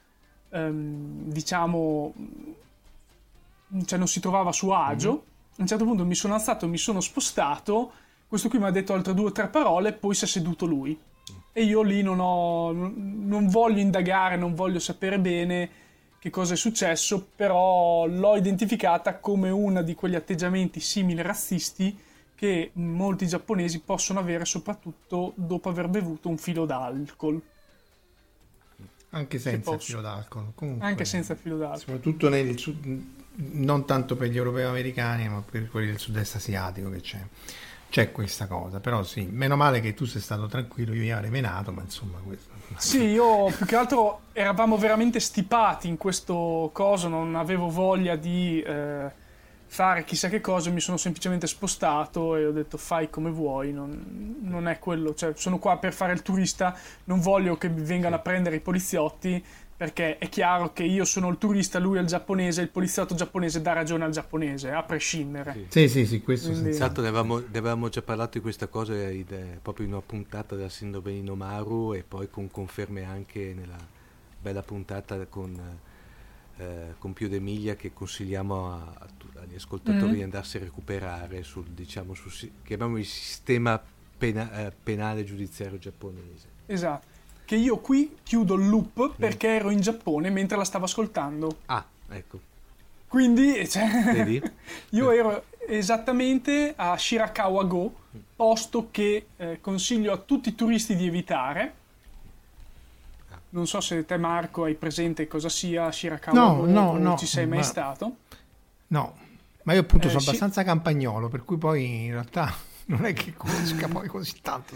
diciamo, cioè non si trovava a suo agio. A un certo punto mi sono alzato, mi sono spostato, questo qui mi ha detto altre 2 o 3 parole, poi si è seduto lui e io lì non voglio indagare, non voglio sapere bene che cosa è successo, però l'ho identificata come uno di quegli atteggiamenti simili razzisti che molti giapponesi possono avere, soprattutto dopo aver bevuto un filo d'alcol. Anche senza filo d'alcol. Comunque, anche senza filo d'alcol. Soprattutto nel non tanto per gli europei americani, ma per quelli del sud-est asiatico che c'è questa cosa. Però sì, meno male che tu sei stato tranquillo, io avrei menato, ma insomma questo. Sì, io più che altro eravamo veramente stipati in questo coso, non avevo voglia di fare chissà che cosa, mi sono semplicemente spostato e ho detto fai come vuoi, non è quello, cioè sono qua per fare il turista, non voglio che mi vengano a prendere i poliziotti, perché è chiaro che io sono il turista, lui è il giapponese, il poliziotto giapponese dà ragione al giapponese, a prescindere. Sì, questo quindi... Esatto, ne avevamo già parlato di questa cosa proprio in una puntata della sindrome di Inomaru e poi con conferme anche nella bella puntata con Pio D'Emilia che consigliamo agli ascoltatori di andarsi a recuperare chiamiamolo il sistema penale giudiziario giapponese. Esatto. Che io qui chiudo il loop perché ero in Giappone mentre la stavo ascoltando. Ah, ecco. Quindi, Vedi? Io ero esattamente a Shirakawa-go, posto che consiglio a tutti i turisti di evitare. Non so se te, Marco, hai presente cosa sia Shirakawa-go o ci sei mai stato. No, ma io appunto sono abbastanza campagnolo, per cui poi in realtà non è che conosca poi così tanto.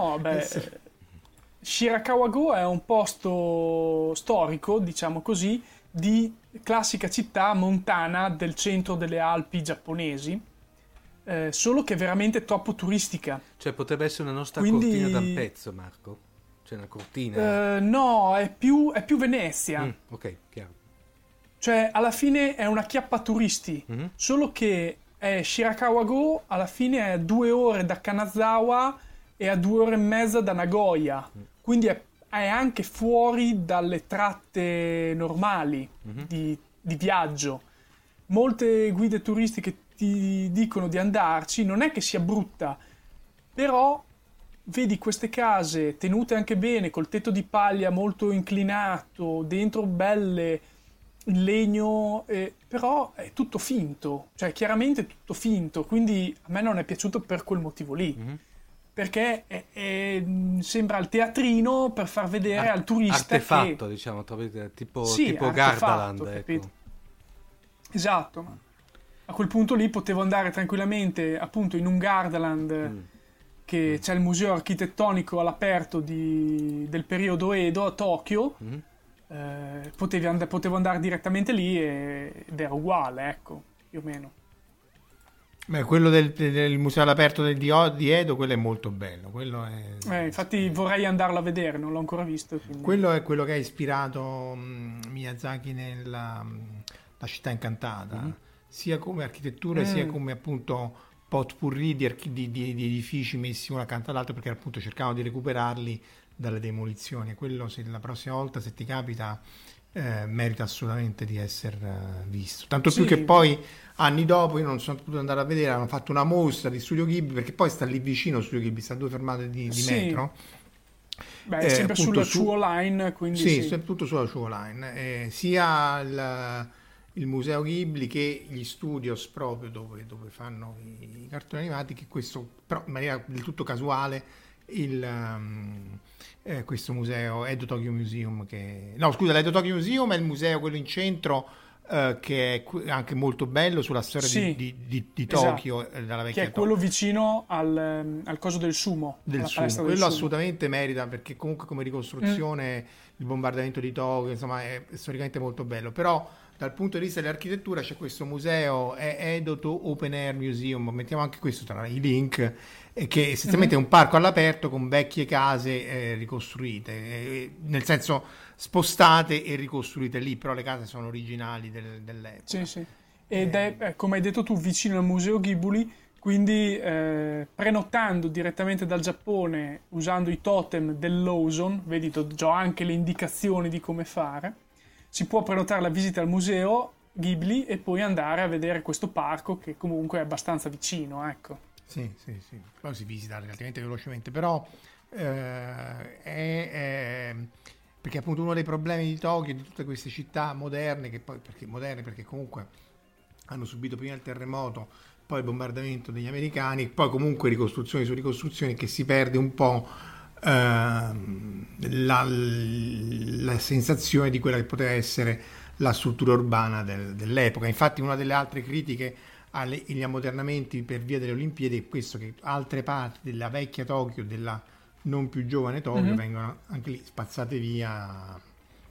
Shirakawa-go è un posto storico, diciamo così, di classica città montana del centro delle Alpi giapponesi, solo che è veramente troppo turistica. Cioè potrebbe essere una nostra cortina da un pezzo, Marco? Cioè una cortina? No, è più Venezia. Ok, chiaro. Cioè alla fine è una chiappa turisti, solo che Shirakawa-go alla fine è 2 ore da Kanazawa e a 2 ore e mezza da Nagoya, quindi è anche fuori dalle tratte normali di viaggio. Molte guide turistiche ti dicono di andarci, non è che sia brutta, però vedi queste case tenute anche bene, col tetto di paglia molto inclinato, dentro belle, in legno, però è tutto finto, cioè chiaramente tutto finto, quindi a me non è piaciuto per quel motivo lì. Perché sembra il teatrino per far vedere al turista artefatto, diciamo, tipo Gardaland, ecco. Esatto, ma a quel punto lì potevo andare tranquillamente appunto in un Gardaland che c'è il museo architettonico all'aperto del periodo Edo a Tokyo. Potevo andare direttamente lì ed era uguale, ecco, più o meno. Beh, quello del museo all'aperto di Edo, quello è molto bello. Quello è... infatti vorrei andarlo a vedere, non l'ho ancora visto. Quindi... Quello è quello che ha ispirato Miyazaki nella La città incantata, sia come architettura sia come appunto potpourri di edifici messi uno accanto all'altro, perché appunto cercavano di recuperarli dalle demolizioni. E quello, se la prossima volta, se ti capita, merita assolutamente di essere visto. Tanto più che poi anni dopo, io non sono potuto andare a vedere, hanno fatto una mostra di Studio Ghibli, perché poi sta lì vicino Studio Ghibli, sta a 2 fermate di metro. Beh, è sempre sulla Chuo Line, quindi sì, è tutto sulla Chuo Line. Sia il museo Ghibli che gli studios proprio dove fanno i cartoni animati, che questo però in maniera del tutto casuale questo museo Edo Tokyo Museum, l'Edo Tokyo Museum è il museo quello in centro, che è anche molto bello, sulla storia di Tokyo, dalla vecchia che è quello vicino al coso del sumo, quello assolutamente merita, perché comunque come ricostruzione il bombardamento di Tokyo, insomma, è storicamente molto bello. Però dal punto di vista dell'architettura c'è questo museo Edo Open Air Museum, mettiamo anche questo tra i link, che essenzialmente è un parco all'aperto con vecchie case ricostruite, nel senso spostate e ricostruite lì, però le case sono originali dell'epoca. Sì. Ed è, come hai detto tu, vicino al museo Ghibli, quindi prenotando direttamente dal Giappone usando i totem del Lawson, vedi, già anche le indicazioni di come fare, si può prenotare la visita al museo Ghibli e poi andare a vedere questo parco, che comunque è abbastanza vicino, ecco. Sì, poi si visita relativamente velocemente, però perché appunto uno dei problemi di Tokyo, di tutte queste città moderne, perché comunque hanno subito prima il terremoto, poi il bombardamento degli americani, poi comunque ricostruzioni su ricostruzioni, che si perde un po' la sensazione di quella che poteva essere la struttura urbana dell'epoca. Infatti una delle altre critiche agli ammodernamenti per via delle Olimpiadi è questo, che altre parti della vecchia Tokyo, della non più giovane Tokyo, vengono anche lì spazzate via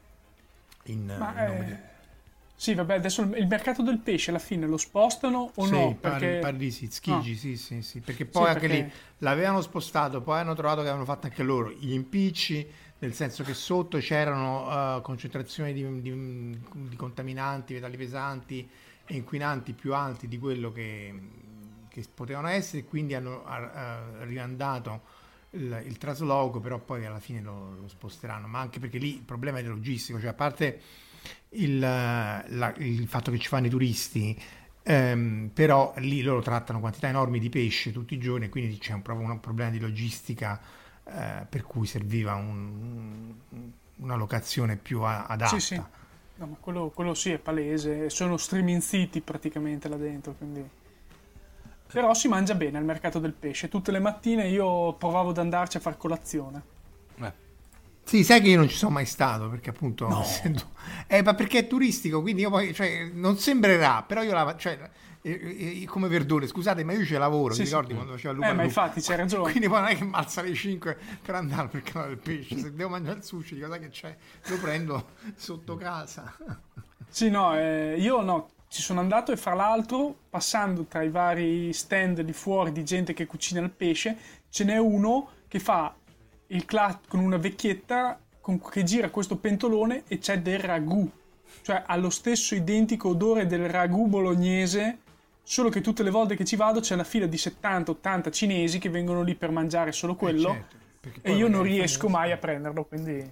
sì, vabbè, adesso il mercato del pesce alla fine lo spostano o no? Pare di sì, Tsukiji, sì, perché poi anche lì l'avevano spostato, poi hanno trovato che avevano fatto anche loro gli impicci, nel senso che sotto c'erano concentrazioni di contaminanti, metalli pesanti e inquinanti più alti di quello che potevano essere, quindi hanno rimandato il trasloco, però poi alla fine lo sposteranno. Ma anche perché lì il problema è logistico, cioè a parte il fatto che ci fanno i turisti, però lì loro trattano quantità enormi di pesce tutti i giorni, quindi c'è proprio un problema di logistica, per cui serviva una locazione più adatta. Sì. No, ma quello sì, è palese, sono striminziti praticamente là dentro, quindi... Però si mangia bene al mercato del pesce, tutte le mattine io provavo ad andarci a far colazione. Sì, sai che io non ci sono mai stato, perché appunto ma perché è turistico, quindi io poi, cioè, non sembrerà, però io come Verdone, scusate, ma io ci lavoro, ti ricordi quando faceva il lupo? Ma infatti c'hai ragione. Quindi poi non è che mi alza alle 5 per andare al canale del pesce, se devo mangiare il sushi, dico, sai che c'è, lo prendo sotto casa. Sì, io no, ci sono andato, e fra l'altro, passando tra i vari stand di fuori di gente che cucina il pesce, ce n'è uno che fa con una vecchietta che gira questo pentolone e c'è del ragù, cioè ha lo stesso identico odore del ragù bolognese, solo che tutte le volte che ci vado c'è una fila di 70-80 cinesi che vengono lì per mangiare solo quello, certo, e io non riesco mai a prenderlo, quindi...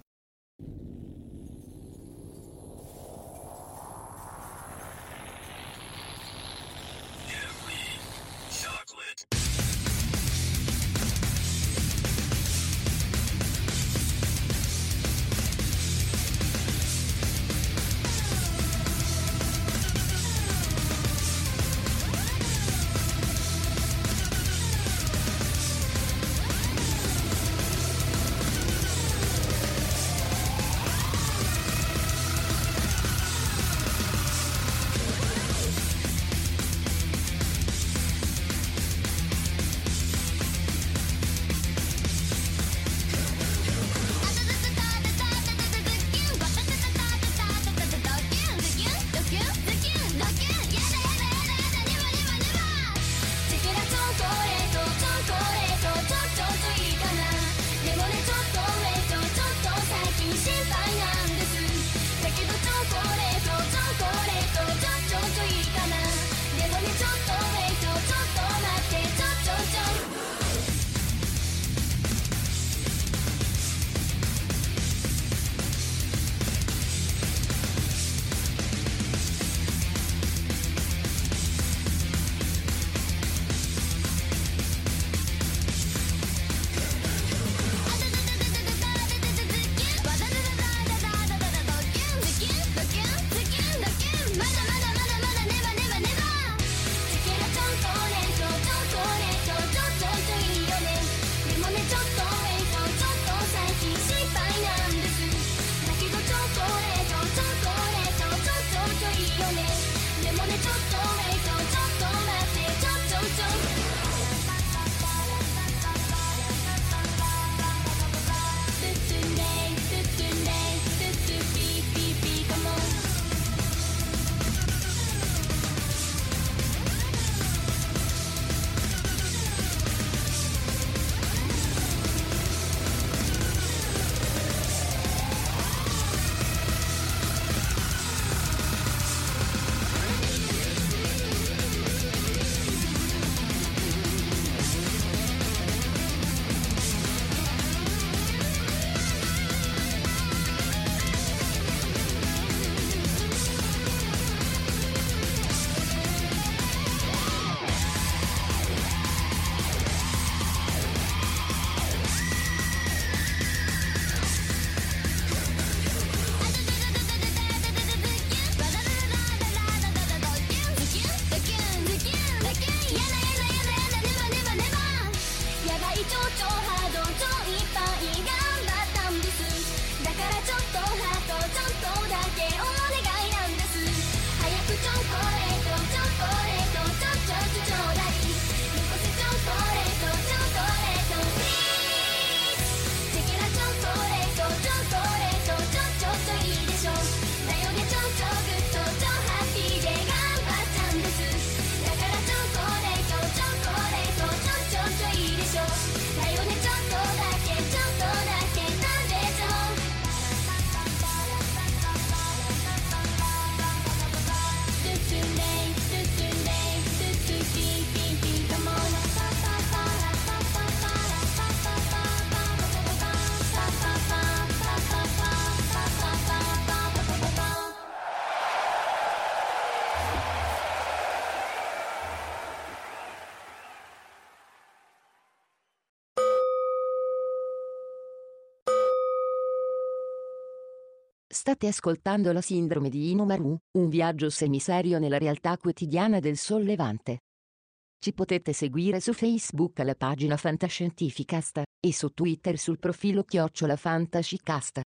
State ascoltando La sindrome di Inomaru, un viaggio semiserio nella realtà quotidiana del Sollevante. Ci potete seguire su Facebook alla pagina Fantascientificast e su Twitter sul profilo @fantascicast.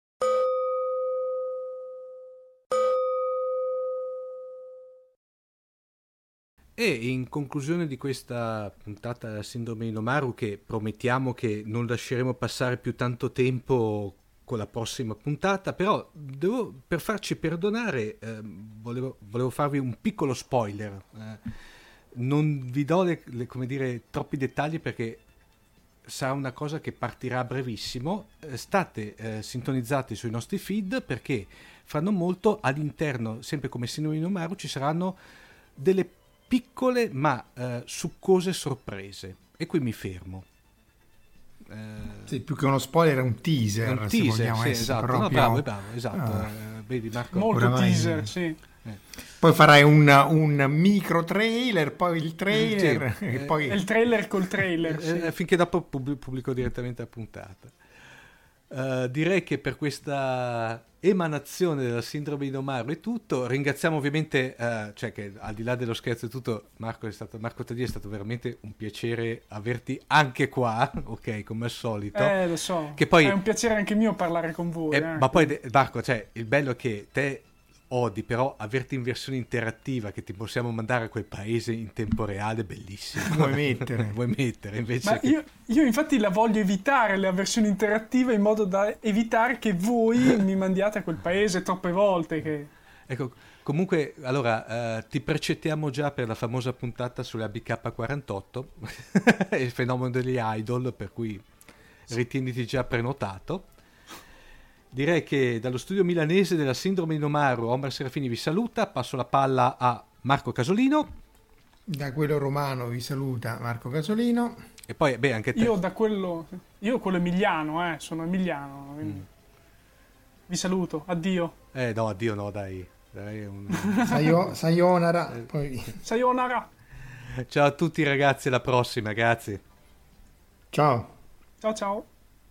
E in conclusione di questa puntata della Sindrome di Inomaru, che promettiamo che non lasceremo passare più tanto tempo con la prossima puntata, però per farci perdonare volevo farvi un piccolo spoiler. Non vi do come dire, troppi dettagli perché sarà una cosa che partirà a brevissimo. State sintonizzati sui nostri feed perché fra non molto all'interno, sempre come Sindrome di Inomaru, ci saranno delle piccole ma succose sorprese, e qui mi fermo. Sì, più che uno spoiler è un teaser, Un se teaser, vogliamo sì, essere esatto. proprio... No, bravo, esatto. Vedi Marco? Molto Oramai- teaser, sì. Poi farai un micro trailer, poi il trailer, Sì. e poi... È il trailer col trailer, sì. Finché dopo pubblico direttamente la puntata. Direi che per questa emanazione della Sindrome di Inomaru è tutto. Ringraziamo ovviamente, cioè che al di là dello scherzo e tutto, Marco Taddei, è stato veramente un piacere averti anche qua, ok, come al solito. Lo so, Che poi, è un piacere anche mio parlare con voi. ma poi Marco, cioè, il bello è che te odi però averti in versione interattiva, che ti possiamo mandare a quel paese in tempo reale, bellissimo. Vuoi mettere? Vuoi mettere invece Ma che... io infatti la voglio evitare la versione interattiva in modo da evitare che voi mi mandiate a quel paese troppe volte. Che... Ecco, comunque, allora, ti precettiamo già per la famosa puntata sulle ABK48, il fenomeno degli idol, per cui ritieniti già prenotato. Direi che dallo studio milanese della Sindrome di Inomaru, Omar Serafini vi saluta, passo la palla a Marco Casolino. Da quello romano vi saluta Marco Casolino. E poi, beh, anche te. Io quello emiliano, sono emiliano. Quindi vi saluto, addio. No, addio no, dai. Sayonara. Poi... Sayonara. Ciao a tutti ragazzi, alla prossima, grazie. Ciao. Ciao ciao.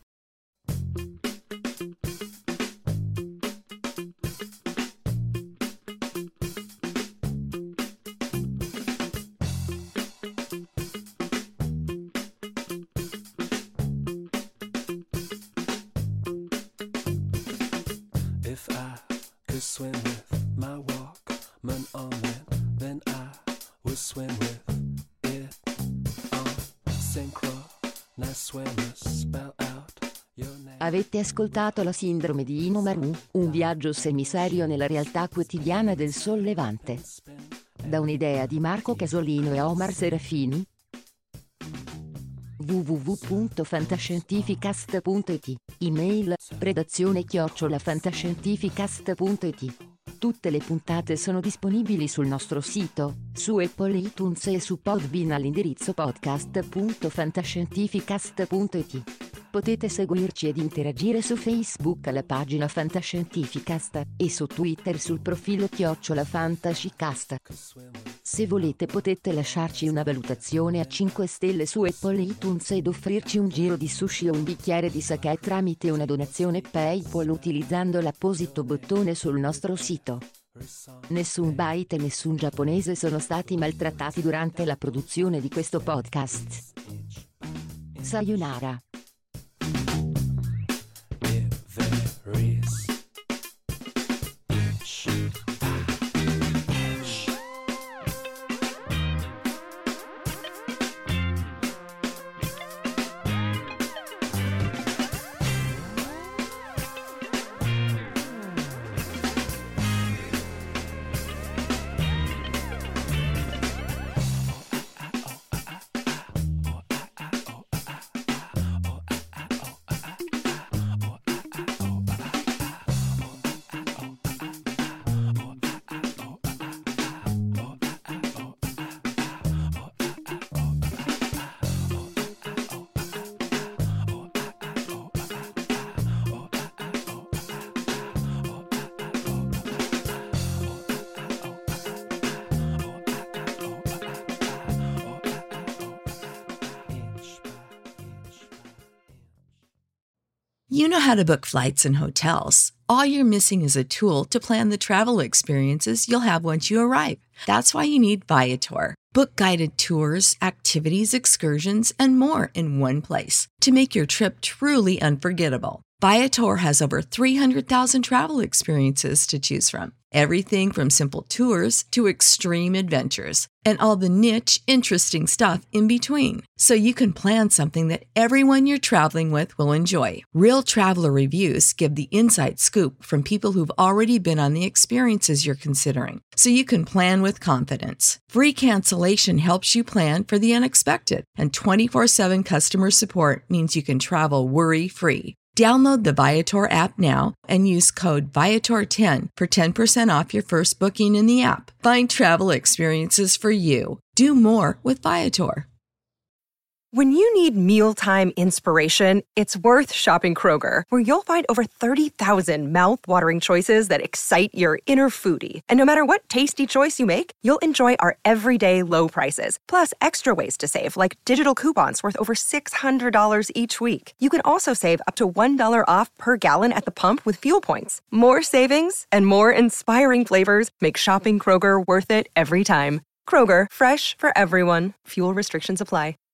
If I could swim with my Walkman on it, then I would swim with it on synchronized swimmers. Spell out your name. Avete ascoltato La sindrome di Inomaru, un viaggio semiserio nella realtà quotidiana del Sollevante. Da un'idea di Marco Casolino e Omar Serafini. www.fantascientificast.it. Email redazione@fantascientificast.it. Tutte le puntate sono disponibili sul nostro sito, su Apple iTunes e su Podbean all'indirizzo podcast.fantascientificast.it. Potete seguirci ed interagire su Facebook alla pagina Fantascientificast e su Twitter sul profilo @fantascicast. Se volete potete lasciarci una valutazione a 5 stelle su Apple iTunes ed offrirci un giro di sushi o un bicchiere di sake tramite una donazione PayPal utilizzando l'apposito bottone sul nostro sito. Nessun byte e nessun giapponese sono stati maltrattati durante la produzione di questo podcast. Sayonara. It varies. You know how to book flights and hotels. All you're missing is a tool to plan the travel experiences you'll have once you arrive. That's why you need Viator. Book guided tours, activities, excursions, and more in one place to make your trip truly unforgettable. Viator has over 300,000 travel experiences to choose from. Everything from simple tours to extreme adventures and all the niche, interesting stuff in between. So you can plan something that everyone you're traveling with will enjoy. Real traveler reviews give the inside scoop from people who've already been on the experiences you're considering. So you can plan with confidence. Free cancellation helps you plan for the unexpected. And 24/7 customer support means you can travel worry-free. Download the Viator app now and use code Viator10 for 10% off your first booking in the app. Find travel experiences for you. Do more with Viator. When you need mealtime inspiration, it's worth shopping Kroger, where you'll find over 30,000 mouth-watering choices that excite your inner foodie. And no matter what tasty choice you make, you'll enjoy our everyday low prices, plus extra ways to save, like digital coupons worth over $600 each week. You can also save up to $1 off per gallon at the pump with fuel points. More savings and more inspiring flavors make shopping Kroger worth it every time. Kroger, fresh for everyone. Fuel restrictions apply.